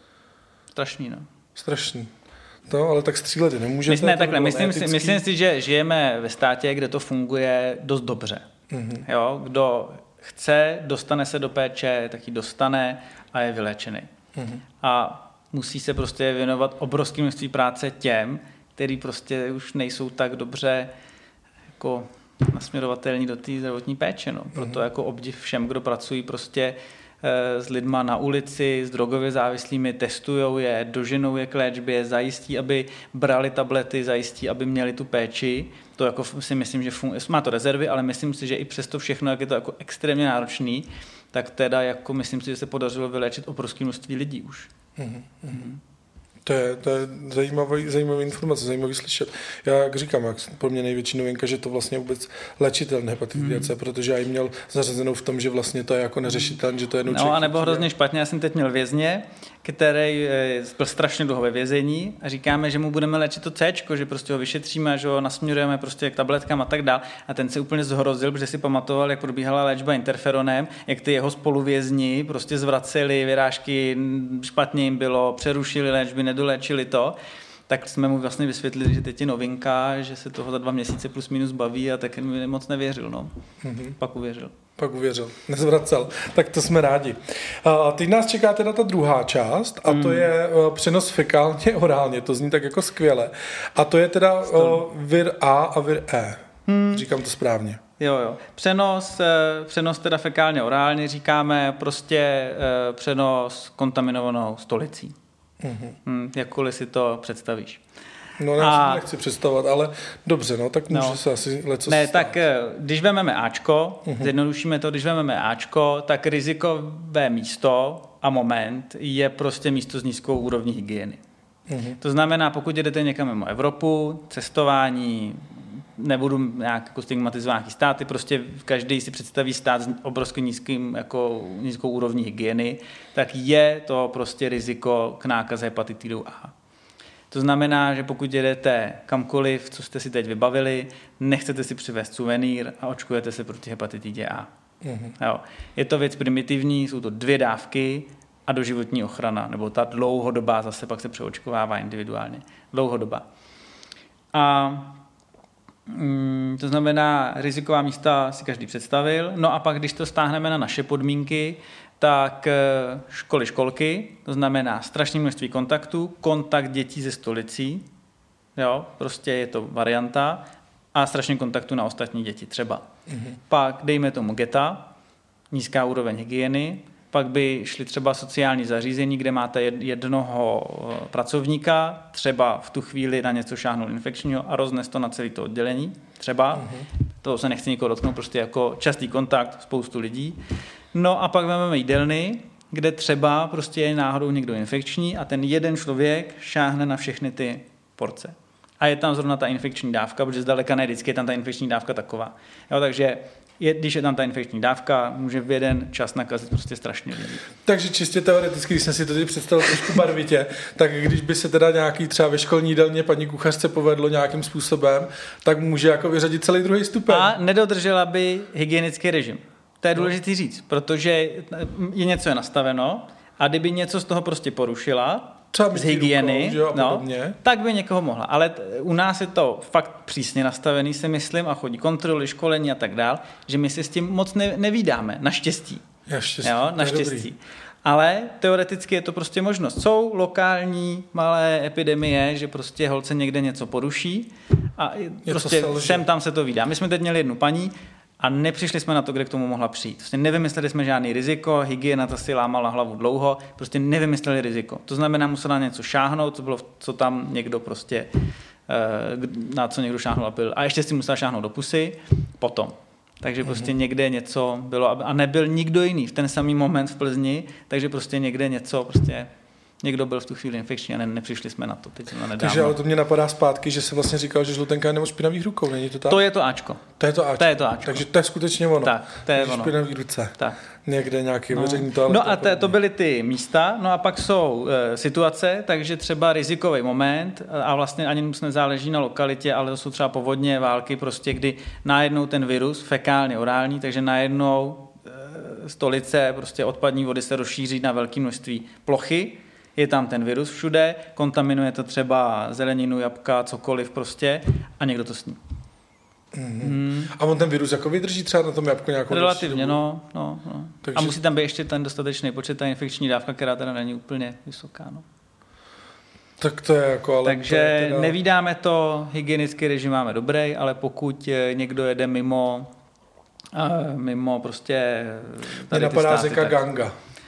Strašný, no. Strašný. No, ale tak střílet nemůžete. Myslím, ne, takhle, myslím, si, myslím si, že žijeme ve státě, kde to funguje dost dobře. Mm-hmm. Jo, kdo chce, dostane se do péče, tak ji dostane a je vyléčený. Mm-hmm. A musí se prostě věnovat obrovské množství práce těm, který prostě už nejsou tak dobře jako nasměrovatelní do té zdravotní péče. No. Proto mm-hmm. jako obdiv všem, kdo pracují prostě s lidma na ulici, s drogově závislými, testujou je, doženou je k léčbě, zajistí, aby brali tablety, zajistí, aby měli tu péči. To jako si myslím, že funguje. Má to rezervy, ale myslím si, že i přesto všechno, jak je to jako extrémně náročný, tak teda jako myslím si, že se podařilo vyléčit obrovské množství lidí už. Mm-hmm. Mm-hmm. To je, to je zajímavý, zajímavý informace, zajímavý slyšet. Já, jak říkám, jak pro mě největší novinka, že to vlastně vůbec léčitelné hepatitidy C, mm. protože já ji měl zařazenou v tom, že vlastně to je jako neřešitelné, že to je jednou No a nebo hrozně špatně, já jsem teď měl vězně, který byl strašně dlouho ve vězení a říkáme, že mu budeme léčit to Cčko, že prostě ho vyšetříme, že ho nasměrujeme prostě k tabletkám a tak dál. A ten se úplně zhrozil, protože si pamatoval, jak probíhala léčba interferonem, jak ty jeho spoluvězni prostě zvraceli vyrážky, špatně jim bylo, přerušili léčby, nedoléčili to. Tak jsme mu vlastně vysvětlili, že teď je novinka, že se toho za dva měsíce plus minus baví a tak mi moc nevěřil. No. Mm-hmm. Pak uvěřil. Pak uvěřil, nezvracel. Tak to jsme rádi. A teď nás čeká teda ta druhá část a mm. to je přenos fekálně orálně. To zní tak jako skvěle. A to je teda o, vir A a vir E. Mm. Říkám to správně. Jo, jo. Přenos, přenos teda fekálně orálně říkáme prostě přenos kontaminovanou stolicí. Mm-hmm. Hmm, jakkoliv si to představíš. No já a... si nechci představovat, ale dobře, no, tak může no. se asi leco Ne, stát. tak když vezmeme Ačko, uh-huh. zjednodušíme to, když vezmeme Ačko, tak rizikové místo a moment je prostě místo s nízkou úrovní hygieny. Uh-huh. To znamená, pokud jdete někam mimo Evropu, cestování, nebudu nějak jako stigmatizovat nějaký státy, prostě každý si představí stát s obrovsky nízkým, jako, nízkou úrovní hygieny, tak je to prostě riziko k nákaze hepatitidou A. To znamená, že pokud jedete kamkoliv, co jste si teď vybavili, nechcete si přivést suvenýr a očkujete se proti hepatitidě A. Mm-hmm. Jo. Je to věc primitivní, jsou to dvě dávky a doživotní ochrana, nebo ta dlouhodobá, zase pak se přeočkovává individuálně. Dlouhodoba. A mm, to znamená, riziková místa si každý představil. No a pak, když to stáhneme na naše podmínky, tak školy, školky, to znamená strašné množství kontaktů, kontakt dětí ze stolicí, jo, prostě je to varianta, a strašně kontaktu na ostatní děti třeba. Mm-hmm. Pak dejme tomu geta, nízká úroveň hygieny, pak by šli třeba sociální zařízení, kde máte jednoho pracovníka, třeba v tu chvíli na něco šáhnul infekčního a roznes to na celé to oddělení, třeba. Mm-hmm. To se nechce nikoho dotknout, prostě jako častý kontakt, spoustu lidí. No a pak máme jídelny, kde třeba prostě je náhodou někdo infekční a ten jeden člověk šáhne na všechny ty porce. A je tam zrovna ta infekční dávka, protože zdaleka ne vždycky je tam ta infekční dávka taková. Jo, takže je, když je tam ta infekční dávka, může v jeden čas nakazit prostě strašně lidí. Takže čistě teoreticky, když jsem si to teď představil trošku barvitě, tak když by se teda nějaký třeba ve školní jídelně paní kuchařce povedlo nějakým způsobem, tak může jako vyřadit celý druhý stupeň. A nedodržela by hygienický režim. To je důležité říct, protože je něco je nastaveno a kdyby něco z toho prostě porušila, z hygieny, rukou, no, tak by někoho mohla. Ale t- u nás je to fakt přísně nastavený, si myslím, a chodí kontroly, školení a tak dál, že my si s tím moc ne- nevídáme, naštěstí. Naštěstí. Jo, naštěstí. Ale teoreticky je to prostě možnost. Jsou lokální malé epidemie, že prostě holce někde něco poruší a něco prostě sem tam se to vídá. My jsme teď měli jednu paní, a nepřišli jsme na to, kde k tomu mohla přijít. Prostě nevymysleli jsme žádný riziko, hygiena ta si lámala hlavu dlouho, prostě nevymysleli riziko. To znamená, musela něco šáhnout, co bylo, co tam někdo prostě, na co někdo šáhnul a pil. A ještě si musela šáhnout do pusy potom. Takže prostě mm-hmm. někde něco bylo a nebyl nikdo jiný v ten samý moment v Plzni, takže prostě někde něco prostě... Někdo byl v tu chvíli infekční a ne, nepřišli jsme na to. Teď na nedávno. Takže ale to mě napadá zpátky, že se vlastně říkal, že žlutenka je nemoc špinavých rukou, není to tak? To je to Ačko. To je to Ačko. To je to Ačko. Takže to je skutečně ono. Tak, to je ono. Špinavý ruce. Tak. Někde nějaký no. veřejný toalet. No a to, to byly ty místa, no a pak jsou e, situace, takže třeba rizikový moment a vlastně ani moc nezáleží na lokalitě, ale to jsou třeba povodně, války, prostě kdy najednou ten virus, fekálně orální, takže najednou e, stolice, prostě odpadní vody se rozšíří na velké množství plochy. Je tam ten virus všude, kontaminuje to třeba zeleninu, jabka, cokoliv prostě a někdo to sní. Mm-hmm. Hmm. A on ten virus jako vydrží třeba na tom jabku nějakou relativně, no, no, no. Takže... A musí tam být ještě ten dostatečný počet, ta infekční dávka, která teda není úplně vysoká. No. Tak to je jako... Ale takže to je teda... nevídáme to, hygienický režim máme dobrý, ale pokud někdo jede mimo, mimo prostě... Mě napadá řeka tak... Ganga.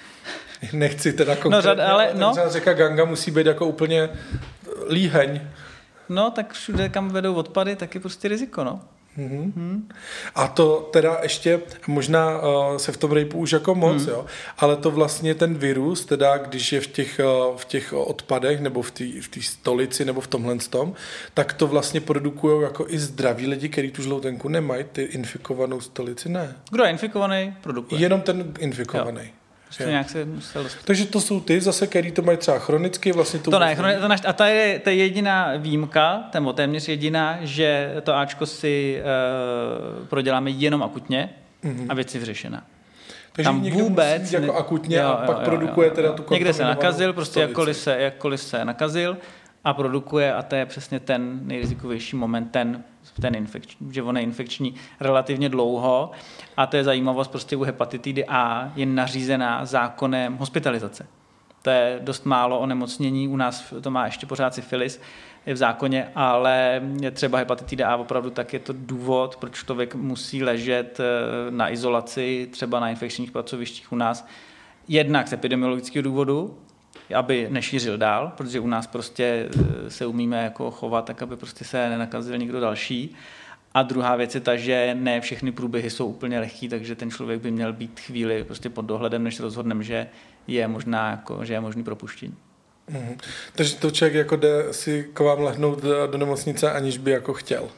Nechci teda konkrétně, no, řad, ale, no. řeka Ganga musí být jako úplně líheň. No, tak všude, kam vedou odpady, tak je prostě riziko, no. Mm-hmm. Hmm. A to teda ještě, možná uh, se v tom rejpu už jako moc, hmm. jo, ale to vlastně ten virus, teda když je v těch, uh, v těch odpadech, nebo v té v té stolici, nebo v tomhle tom, tak to vlastně produkujou jako i zdraví lidi, kteří tu žloutenku nemají, ty infikovanou stolici, ne. Kdo je infikovaný, produkuje. Jenom ten infikovaný. Jo. Nějak se musel dostat. Takže to jsou ty zase, který to mají třeba chronicky, vlastně to... To ne, chroni- to naš- a ta je, ta je jediná výjimka, nebo téměř jediná, že to Ačko si uh, proděláme jenom akutně mm-hmm. a věc je vyřešená. Takže tam někdo vůbec musí jako akutně jo, a jo, pak jo, produkuje jo, jo. teda tu někde se nakazil, prostě stolici. jakkoliv se, jakkoliv se nakazil a produkuje a to je přesně ten nejrizikovější moment, ten, ten infekční, že on je infekční relativně dlouho a to je zajímavost prostě u hepatitidy A je nařízená zákonem hospitalizace. To je dost málo onemocnění, u nás to má ještě pořád syfilis, je v zákoně, ale je třeba hepatitida A opravdu tak je to důvod, proč člověk musí ležet na izolaci, třeba na infekčních pracovištích u nás, jednak z epidemiologického důvodu, aby nešířil dál, protože u nás prostě se umíme jako chovat tak, aby prostě se nenakazil nikdo další. A druhá věc je ta, že ne všechny průběhy jsou úplně lehký, takže ten člověk by měl být chvíli prostě pod dohledem, než rozhodneme, že je možná jako, že je možný propuštění. Mm-hmm. Takže to člověk jako jde si k vám lehnout do nemocnice, aniž by jako chtěl.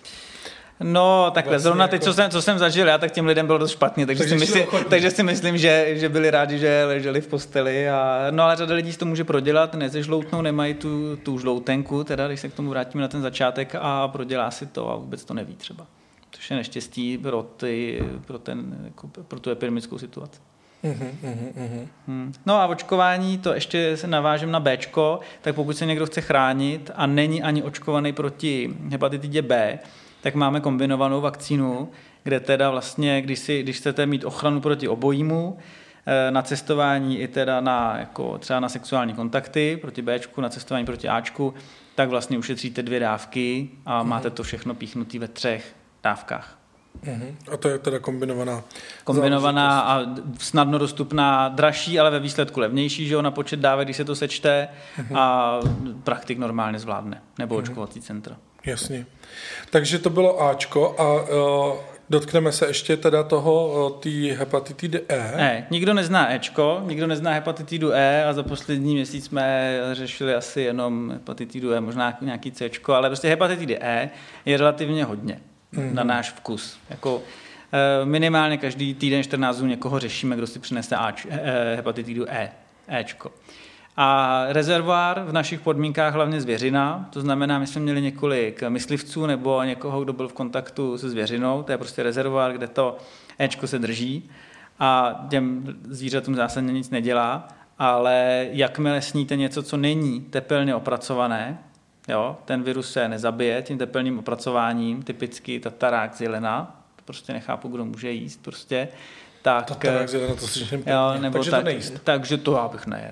No, takhle, vlastně zrovna jako... teď, co jsem, co jsem zažil, já tak těm lidem bylo dost špatně, takže, takže, si, myslím, takže si myslím, že, že byli rádi, že leželi v posteli. A, no ale řada lidí si to může prodělat, nezežloutnou, nemají tu, tu žloutenku, teda když se k tomu vrátíme na ten začátek a prodělá si to a vůbec to neví třeba. Což je neštěstí pro, ty, pro, ten, jako, pro tu epidemickou situaci. Uhum, uhum, uhum. Hmm. No a očkování, to ještě se navážem na Bčko, tak pokud se někdo chce chránit a není ani očkovaný proti hepatitidě B, tak máme kombinovanou vakcínu, kde teda vlastně, když, si, když chcete mít ochranu proti obojímu, na cestování i teda na, jako třeba na sexuální kontakty proti Bčku, na cestování proti Ačku, tak vlastně ušetříte dvě dávky a mm. máte to všechno píchnutý ve třech dávkách. Uhum. A to je teda kombinovaná Kombinovaná a snadno dostupná, dražší, ale ve výsledku levnější, že jo, na počet dávek, když se to sečte uhum. a praktik normálně zvládne, nebo uhum. očkovací centra. Jasně. Takže to bylo Ačko a uh, dotkneme se ještě teda toho, té hepatitidy E. Ne, nikdo nezná Ečko, nikdo nezná hepatitidu E a za poslední měsíc jsme řešili asi jenom hepatitidu E, možná nějaký Cčko, ale prostě hepatitidy E je relativně hodně. Mm-hmm. Na náš vkus. Jako, e, minimálně každý týden čtrnáct dnů někoho řešíme, kdo si přinese Ač, e, hepatitidu E. Ečko. A rezervoár v našich podmínkách hlavně zvěřina, to znamená, my jsme měli několik myslivců nebo někoho, kdo byl v kontaktu se zvěřinou, to je prostě rezervoár, kde to Ečko se drží a těm zvířatům zásadně nic nedělá, ale jakmile sníte něco, co není tepelně opracované, jo, ten virus se nezabije tím tepelným opracováním, typicky tatarák z jelena, to prostě nechápu, kdo může jíst, prostě, tak... Tatarák z jelena, to si říkám, takže tak, to nejíst. Takže to já bych nejet.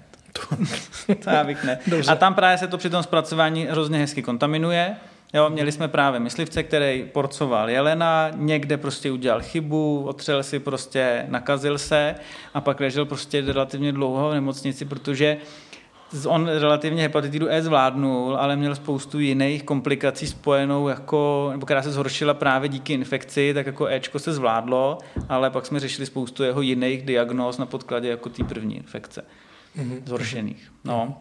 to já bych ne. Dobře. A tam právě se to při tom zpracování hrozně hezky kontaminuje. Jo, měli jsme právě myslivce, který porcoval jelena, někde prostě udělal chybu, otřel si prostě, nakazil se a pak ležel prostě relativně dlouho v nemocnici, protože on relativně hepatitidu E zvládnul, ale měl spoustu jiných komplikací spojenou, jako, nebo která se zhoršila právě díky infekci, tak jako Ečko se zvládlo, ale pak jsme řešili spoustu jeho jiných diagnóz na podkladě jako té první infekce. Mm-hmm. Zhoršených. No.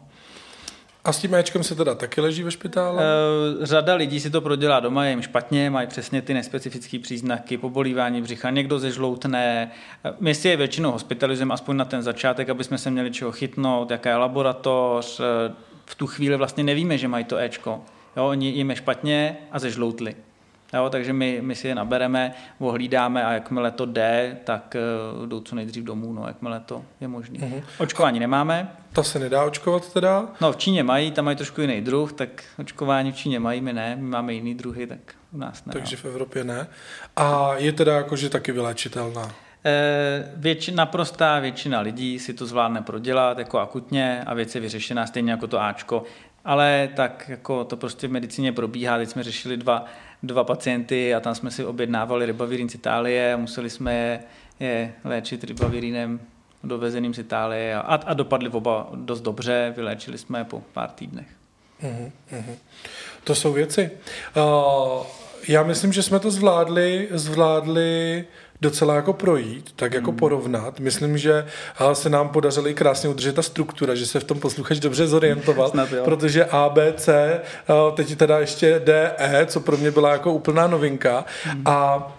A s tím Ečkem se teda taky leží ve špitále? E, řada lidí si to prodělá doma, je jim špatně, mají přesně ty nespecifické příznaky, pobolívání břicha, někdo zežloutne. My si je většinou hospitalizujeme aspoň na ten začátek, aby jsme se měli čeho chytnout, jaká je laboratoř. V tu chvíli vlastně nevíme, že mají to Ečko. Jo, oni jim je špatně a zežloutli. Jo, takže my, my si je nabereme, ohlídáme a jakmile to jde, tak uh, jdou co nejdřív domů, no, jakmile to je možné. Uh-huh. Očkování nemáme. To se nedá očkovat teda? No, v Číně mají, tam mají trošku jiný druh, tak očkování v Číně mají, my ne, my máme jiný druhy, tak u nás ne. Takže v Evropě ne. A je teda jakože taky vyléčitelná? E, většina, naprostá většina lidí si to zvládne prodělat jako akutně a věc je vyřešená stejně jako to Ačko. Ale tak jako to prostě v medicíně probíhá. Teď jsme řešili dva, dva pacienty a tam jsme si objednávali ribavirín z Itálie a museli jsme je, je léčit ribavirínem dovezeným z Itálie a, a dopadli oba dost dobře, vyléčili jsme je po pár týdnech. Uhum, uhum. To jsou věci. Uh, já myslím, že jsme to zvládli, zvládli docela jako projít, tak jako hmm. porovnat. Myslím, že se nám podařilo i krásně udržet ta struktura, že se v tom posluchač dobře zorientoval, Snad, protože A, B, C, teď teda ještě D, E, co pro mě byla jako úplná novinka. Hmm. A,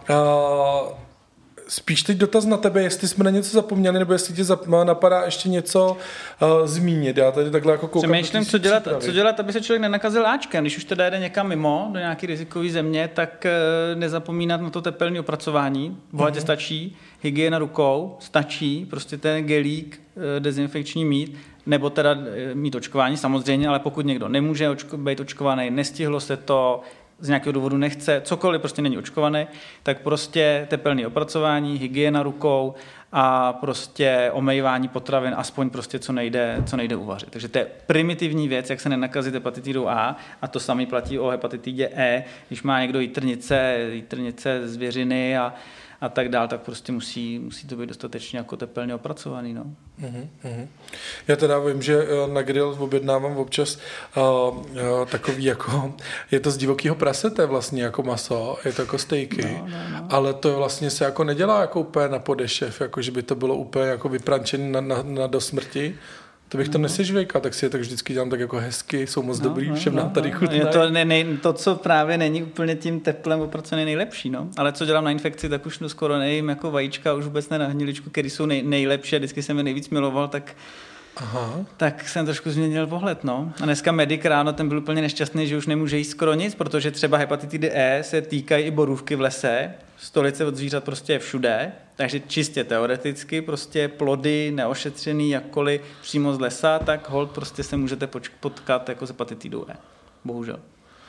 a spíš teď dotaz na tebe, jestli jsme na něco zapomněli, nebo jestli ti napadá ještě něco uh, zmínit. Já tady takhle jako koukám. Přemýšlím, co dělat, co dělat, aby se člověk nenakazil Ačkem. Když už teda jde někam mimo, do nějaké rizikové země, tak uh, nezapomínat na to tepelné opracování. Bohatě uh-huh. stačí. Hygiena rukou stačí. Prostě ten gelík uh, dezinfekční mít. Nebo teda uh, mít očkování samozřejmě, ale pokud někdo nemůže očko- být očkovaný, nestihlo se to, z nějakého důvodu nechce, cokoliv prostě není očkovaný, tak prostě tepelné opracování, hygiena rukou a prostě omejvání potravin, aspoň prostě co nejde, co nejde uvařit. Takže to je primitivní věc, jak se nenakazit hepatitidou A a to samé platí o hepatitidě E. Když má někdo jitrnice, jitrnice zvěřiny a a tak dál, tak prostě musí, musí to být dostatečně jako tepelně opracovaný. No. Uhum, uhum. Já teda vím, že na grill objednávám občas uh, uh, takový jako, je to z divokého prasete vlastně jako maso, je to jako stejky, no, no, no. ale to vlastně se jako nedělá jako úplně na podešev, jako že by to bylo úplně jako vyprančené na, na, na do smrti. To bych to no. nesežvejkal, tak si je tak vždycky dělám tak jako hezky, jsou moc no, dobrý, všem no, nám tady no, chutnají. Je to, ne, ne, to, co právě není úplně tím teplem opracovaný nejlepší, no. Ale co dělám na infekci, tak už no skoro nejím jako vajíčka, už vůbec ne na hniličku, který jsou nej, nejlepší a vždycky jsem je nejvíc miloval, tak, Aha. tak jsem trošku změnil pohled, no. A dneska medic ráno, ten byl úplně nešťastný, že už nemůže jíst skoro nic, protože třeba hepatitidy E se týkají i borůvky v lese, stolice od zvířat prostě je všude, takže čistě teoreticky prostě plody neošetřený jakkoliv přímo z lesa, tak hold prostě se můžete potkat jako s hepatitidou E. Bohužel.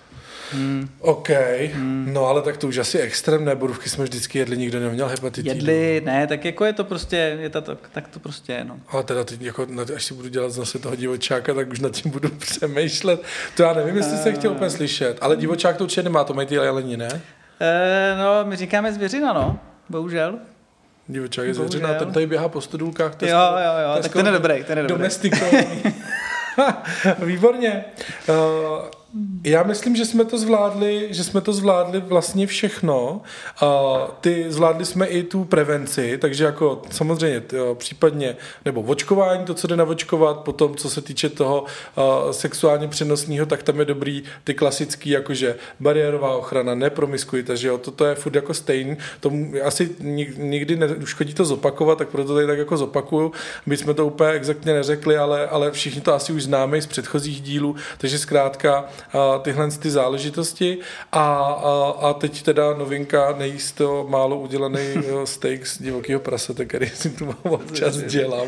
Hmm. OK, hmm. no ale tak to už asi extrémné, borůvky jsme vždycky jedli, nikdo neměl hepatitidu. Jedli, ne, tak jako je to prostě, je to, tak to prostě je, no. Ale teda teď jako, až si budu dělat zase toho divočáka, tak už nad tím budu přemýšlet. To já nevím, jestli se chtěl úplně slyšet, ale divočák to určitě nemá, to mají ty jeleni, ne? E, no, my říkáme zvěřina, no, bohužel. Divočák je zvěřina, ten tady běhá po stodůlkách. Jo, jo, jo, tak ten je dobrý, ten je dobrý. Domestikovaný. Výborně. Uh, já myslím, že jsme to zvládli, že jsme to zvládli vlastně všechno. Uh, ty zvládli jsme i tu prevenci, takže jako samozřejmě uh, případně, nebo očkování, to, co jde navočkovat, potom, co se týče toho uh, sexuálně přenosného, tak tam je dobrý ty klasický, jakože bariérová ochrana, nepromiskuita, že jo, toto je furt jako stejný. Tomu asi nikdy neuškodí to zopakovat, tak proto tady tak jako zopakuju. My jsme to úplně exaktně neřekli, ale, ale všichni to asi už známe z předchozích dílů, takže zkrátka a tyhle ty záležitosti a, a, a teď teda novinka, nejíst to málo udělaný steak z divokého prasete, který si tu občas dělám.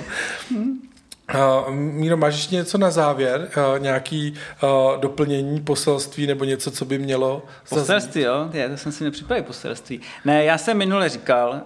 Uh, Míro, máš ještě něco na závěr? Uh, nějaký uh, doplnění, poselství nebo něco, co by mělo poselství, jo? Já to jsem si nepřipravil poselství. Ne, já jsem minule říkal, uh,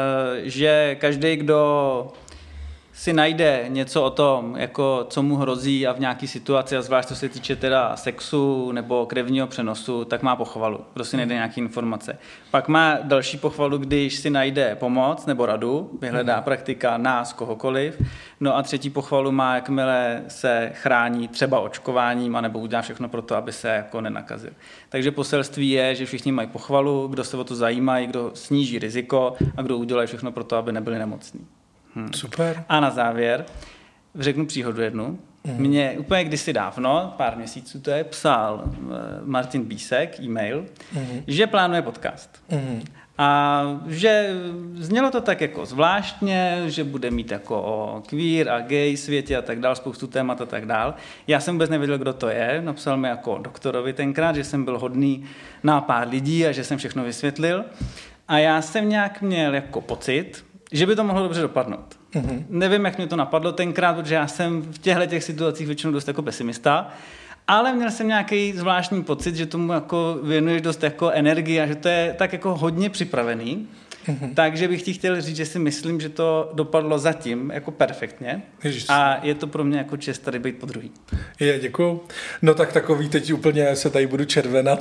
že každý, kdo si najde něco o tom, jako co mu hrozí a v nějaký situaci, a zvlášť co se týče teda sexu nebo krevního přenosu, tak má pochvalu, kdo si najde nějaké informace. Pak má další pochvalu, když si najde pomoc nebo radu, vyhledá hmm. praktika nás, kohokoliv. No a třetí pochvalu má, jakmile se chrání třeba očkováním, anebo udělá všechno pro to, aby se jako nenakazil. Takže poselství je, že všichni mají pochvalu, kdo se o to zajímají, kdo sníží riziko a kdo udělá všechno pro to, aby nebyli nemocní. Hmm. Super. A na závěr řeknu příhodu jednu. Mm. Mě úplně kdysi dávno, pár měsíců to je, psal Martin Bísek e-mail, mm. že plánuje podcast. Mm. A že znělo to tak jako zvláštně, že bude mít jako o queer a gay světě a tak dál, spoustu témat a tak dál. Já jsem vůbec nevěděl, kdo to je. Napsal mi jako doktorovi tenkrát, že jsem byl hodný na pár lidí a že jsem všechno vysvětlil. A já jsem nějak měl jako pocit, že by to mohlo dobře dopadnout. Mm-hmm. Nevím, jak mě to napadlo tenkrát, protože já jsem v těchto těch situacích většinou dost jako pesimista, ale měl jsem nějaký zvláštní pocit, že tomu jako věnuješ dost jako energie a že to je tak jako hodně připravený. Mm-hmm. Takže bych ti chtěl říct, že si myslím, že to dopadlo zatím jako perfektně. Ježiš. A je to pro mě jako čest tady být po druhý. Je, děkuju. No tak takový, teď úplně se tady budu červenat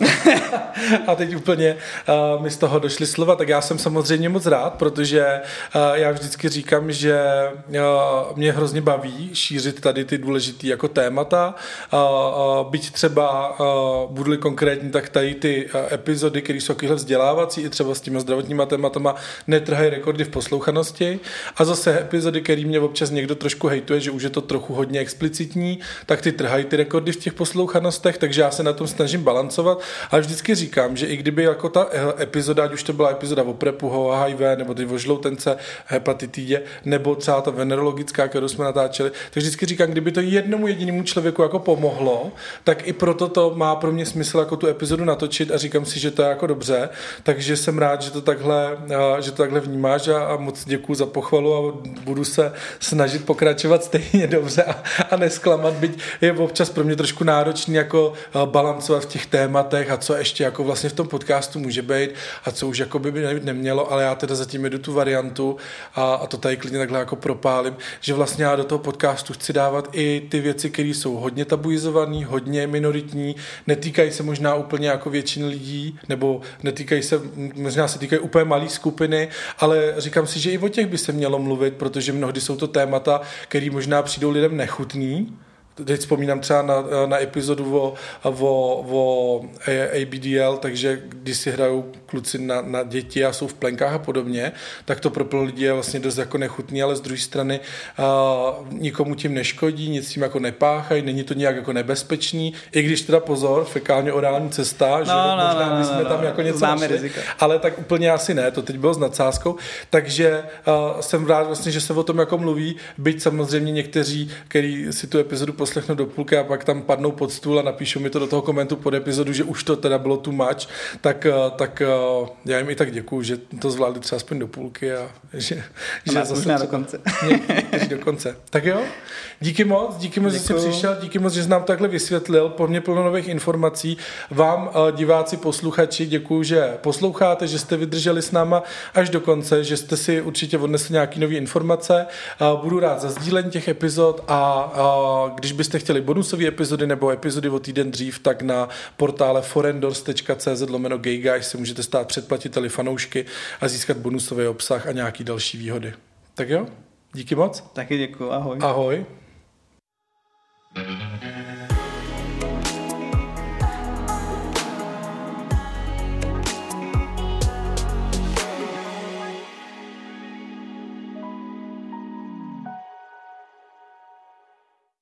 a teď úplně uh, mi z toho došly slova, tak já jsem samozřejmě moc rád, protože uh, já vždycky říkám, že uh, mě hrozně baví šířit tady ty důležitý jako témata. Uh, uh, byť třeba uh, budu-li konkrétní, tak tady ty uh, epizody, které jsou takovýhle vzdělávací, i třeba s těmi zdravotníma tématama, netrhají rekordy v poslouchanosti. A zase epizody, který mě občas někdo trošku hejtuje, že už je to trochu hodně explicitní, tak ty trhají ty rekordy v těch poslouchanostech, takže já se na tom snažím balancovat. Ale vždycky říkám, že i kdyby jako ta epizoda, ať už to byla epizoda o prepu, H I V, nebo ty o žloutence, hepatitidě, nebo třeba ta venerologická, kterou jsme natáčeli, tak vždycky říkám, kdyby to jednomu jedinému člověku jako pomohlo, tak i proto to má pro mě smysl jako tu epizodu natočit a říkám si, že to je jako dobře, takže jsem rád, že to takhle že to takhle vnímáš a, a moc děkuju za pochvalu a budu se snažit pokračovat stejně dobře a, a nesklamat, byť je občas pro mě trošku náročný jako balancovat v těch tématech a co ještě jako vlastně v tom podcastu může být a co už jako by nemělo, ale já teda zatím jdu tu variantu a, a to tady klidně takhle jako propálím, že vlastně já do toho podcastu chci dávat i ty věci, které jsou hodně tabuizované, hodně minoritní, netýkají se možná úplně jako většiny lidí, nebo netýkají se, možná se týkají úplně malý skupiny, ale říkám si, že i o těch by se mělo mluvit, protože mnohdy jsou to témata, které možná přijdou lidem nechutný. Teď vzpomínám třeba na, na epizodu o, o, o A B D L, takže když si hrajou kluci na, na děti a jsou v plenkách a podobně, tak to pro lidi je vlastně dost jako nechutný, ale z druhé strany uh, nikomu tím neškodí, nic tím jako nepáchají, není to nějak jako nebezpečný, i když teda pozor, fekálně orální cesta, no, že no, možná no, my jsme no, tam no, jako něco našli, ale tak úplně asi ne, to teď bylo s nadsázkou, takže uh, jsem rád vlastně, že se o tom jako mluví, byť samozřejmě někteří, který si tu epizodu doposlechnu do půlky a pak tam padnou pod stůl a napíšou mi to do toho komentu pod epizodu, že už to teda bylo too much, tak, tak já jim i tak děkuju, že to zvládli třeba aspoň do půlky a že, a že zase třeba, do konce. Někteří do konce. Tak jo, díky moc, díky moc, Děkuju. že jsi přišel, díky moc, že jsi nám takhle vysvětlil, po mně plno nových informací. Vám, diváci, posluchači, děkuju, že posloucháte, že jste vydrželi s náma až do konce, že jste si určitě odnesli nějaké nové informace. Budu rád za sdílení těch epizod a když byste chtěli bonusové epizody nebo epizody o týden dřív, tak na portále forendors tečka cz lomeno gayguys si můžete stát předplatiteli fanoušky a získat bonusový obsah a nějaký další výhody. Tak jo, díky moc. Taky děkuju, ahoj. Ahoj.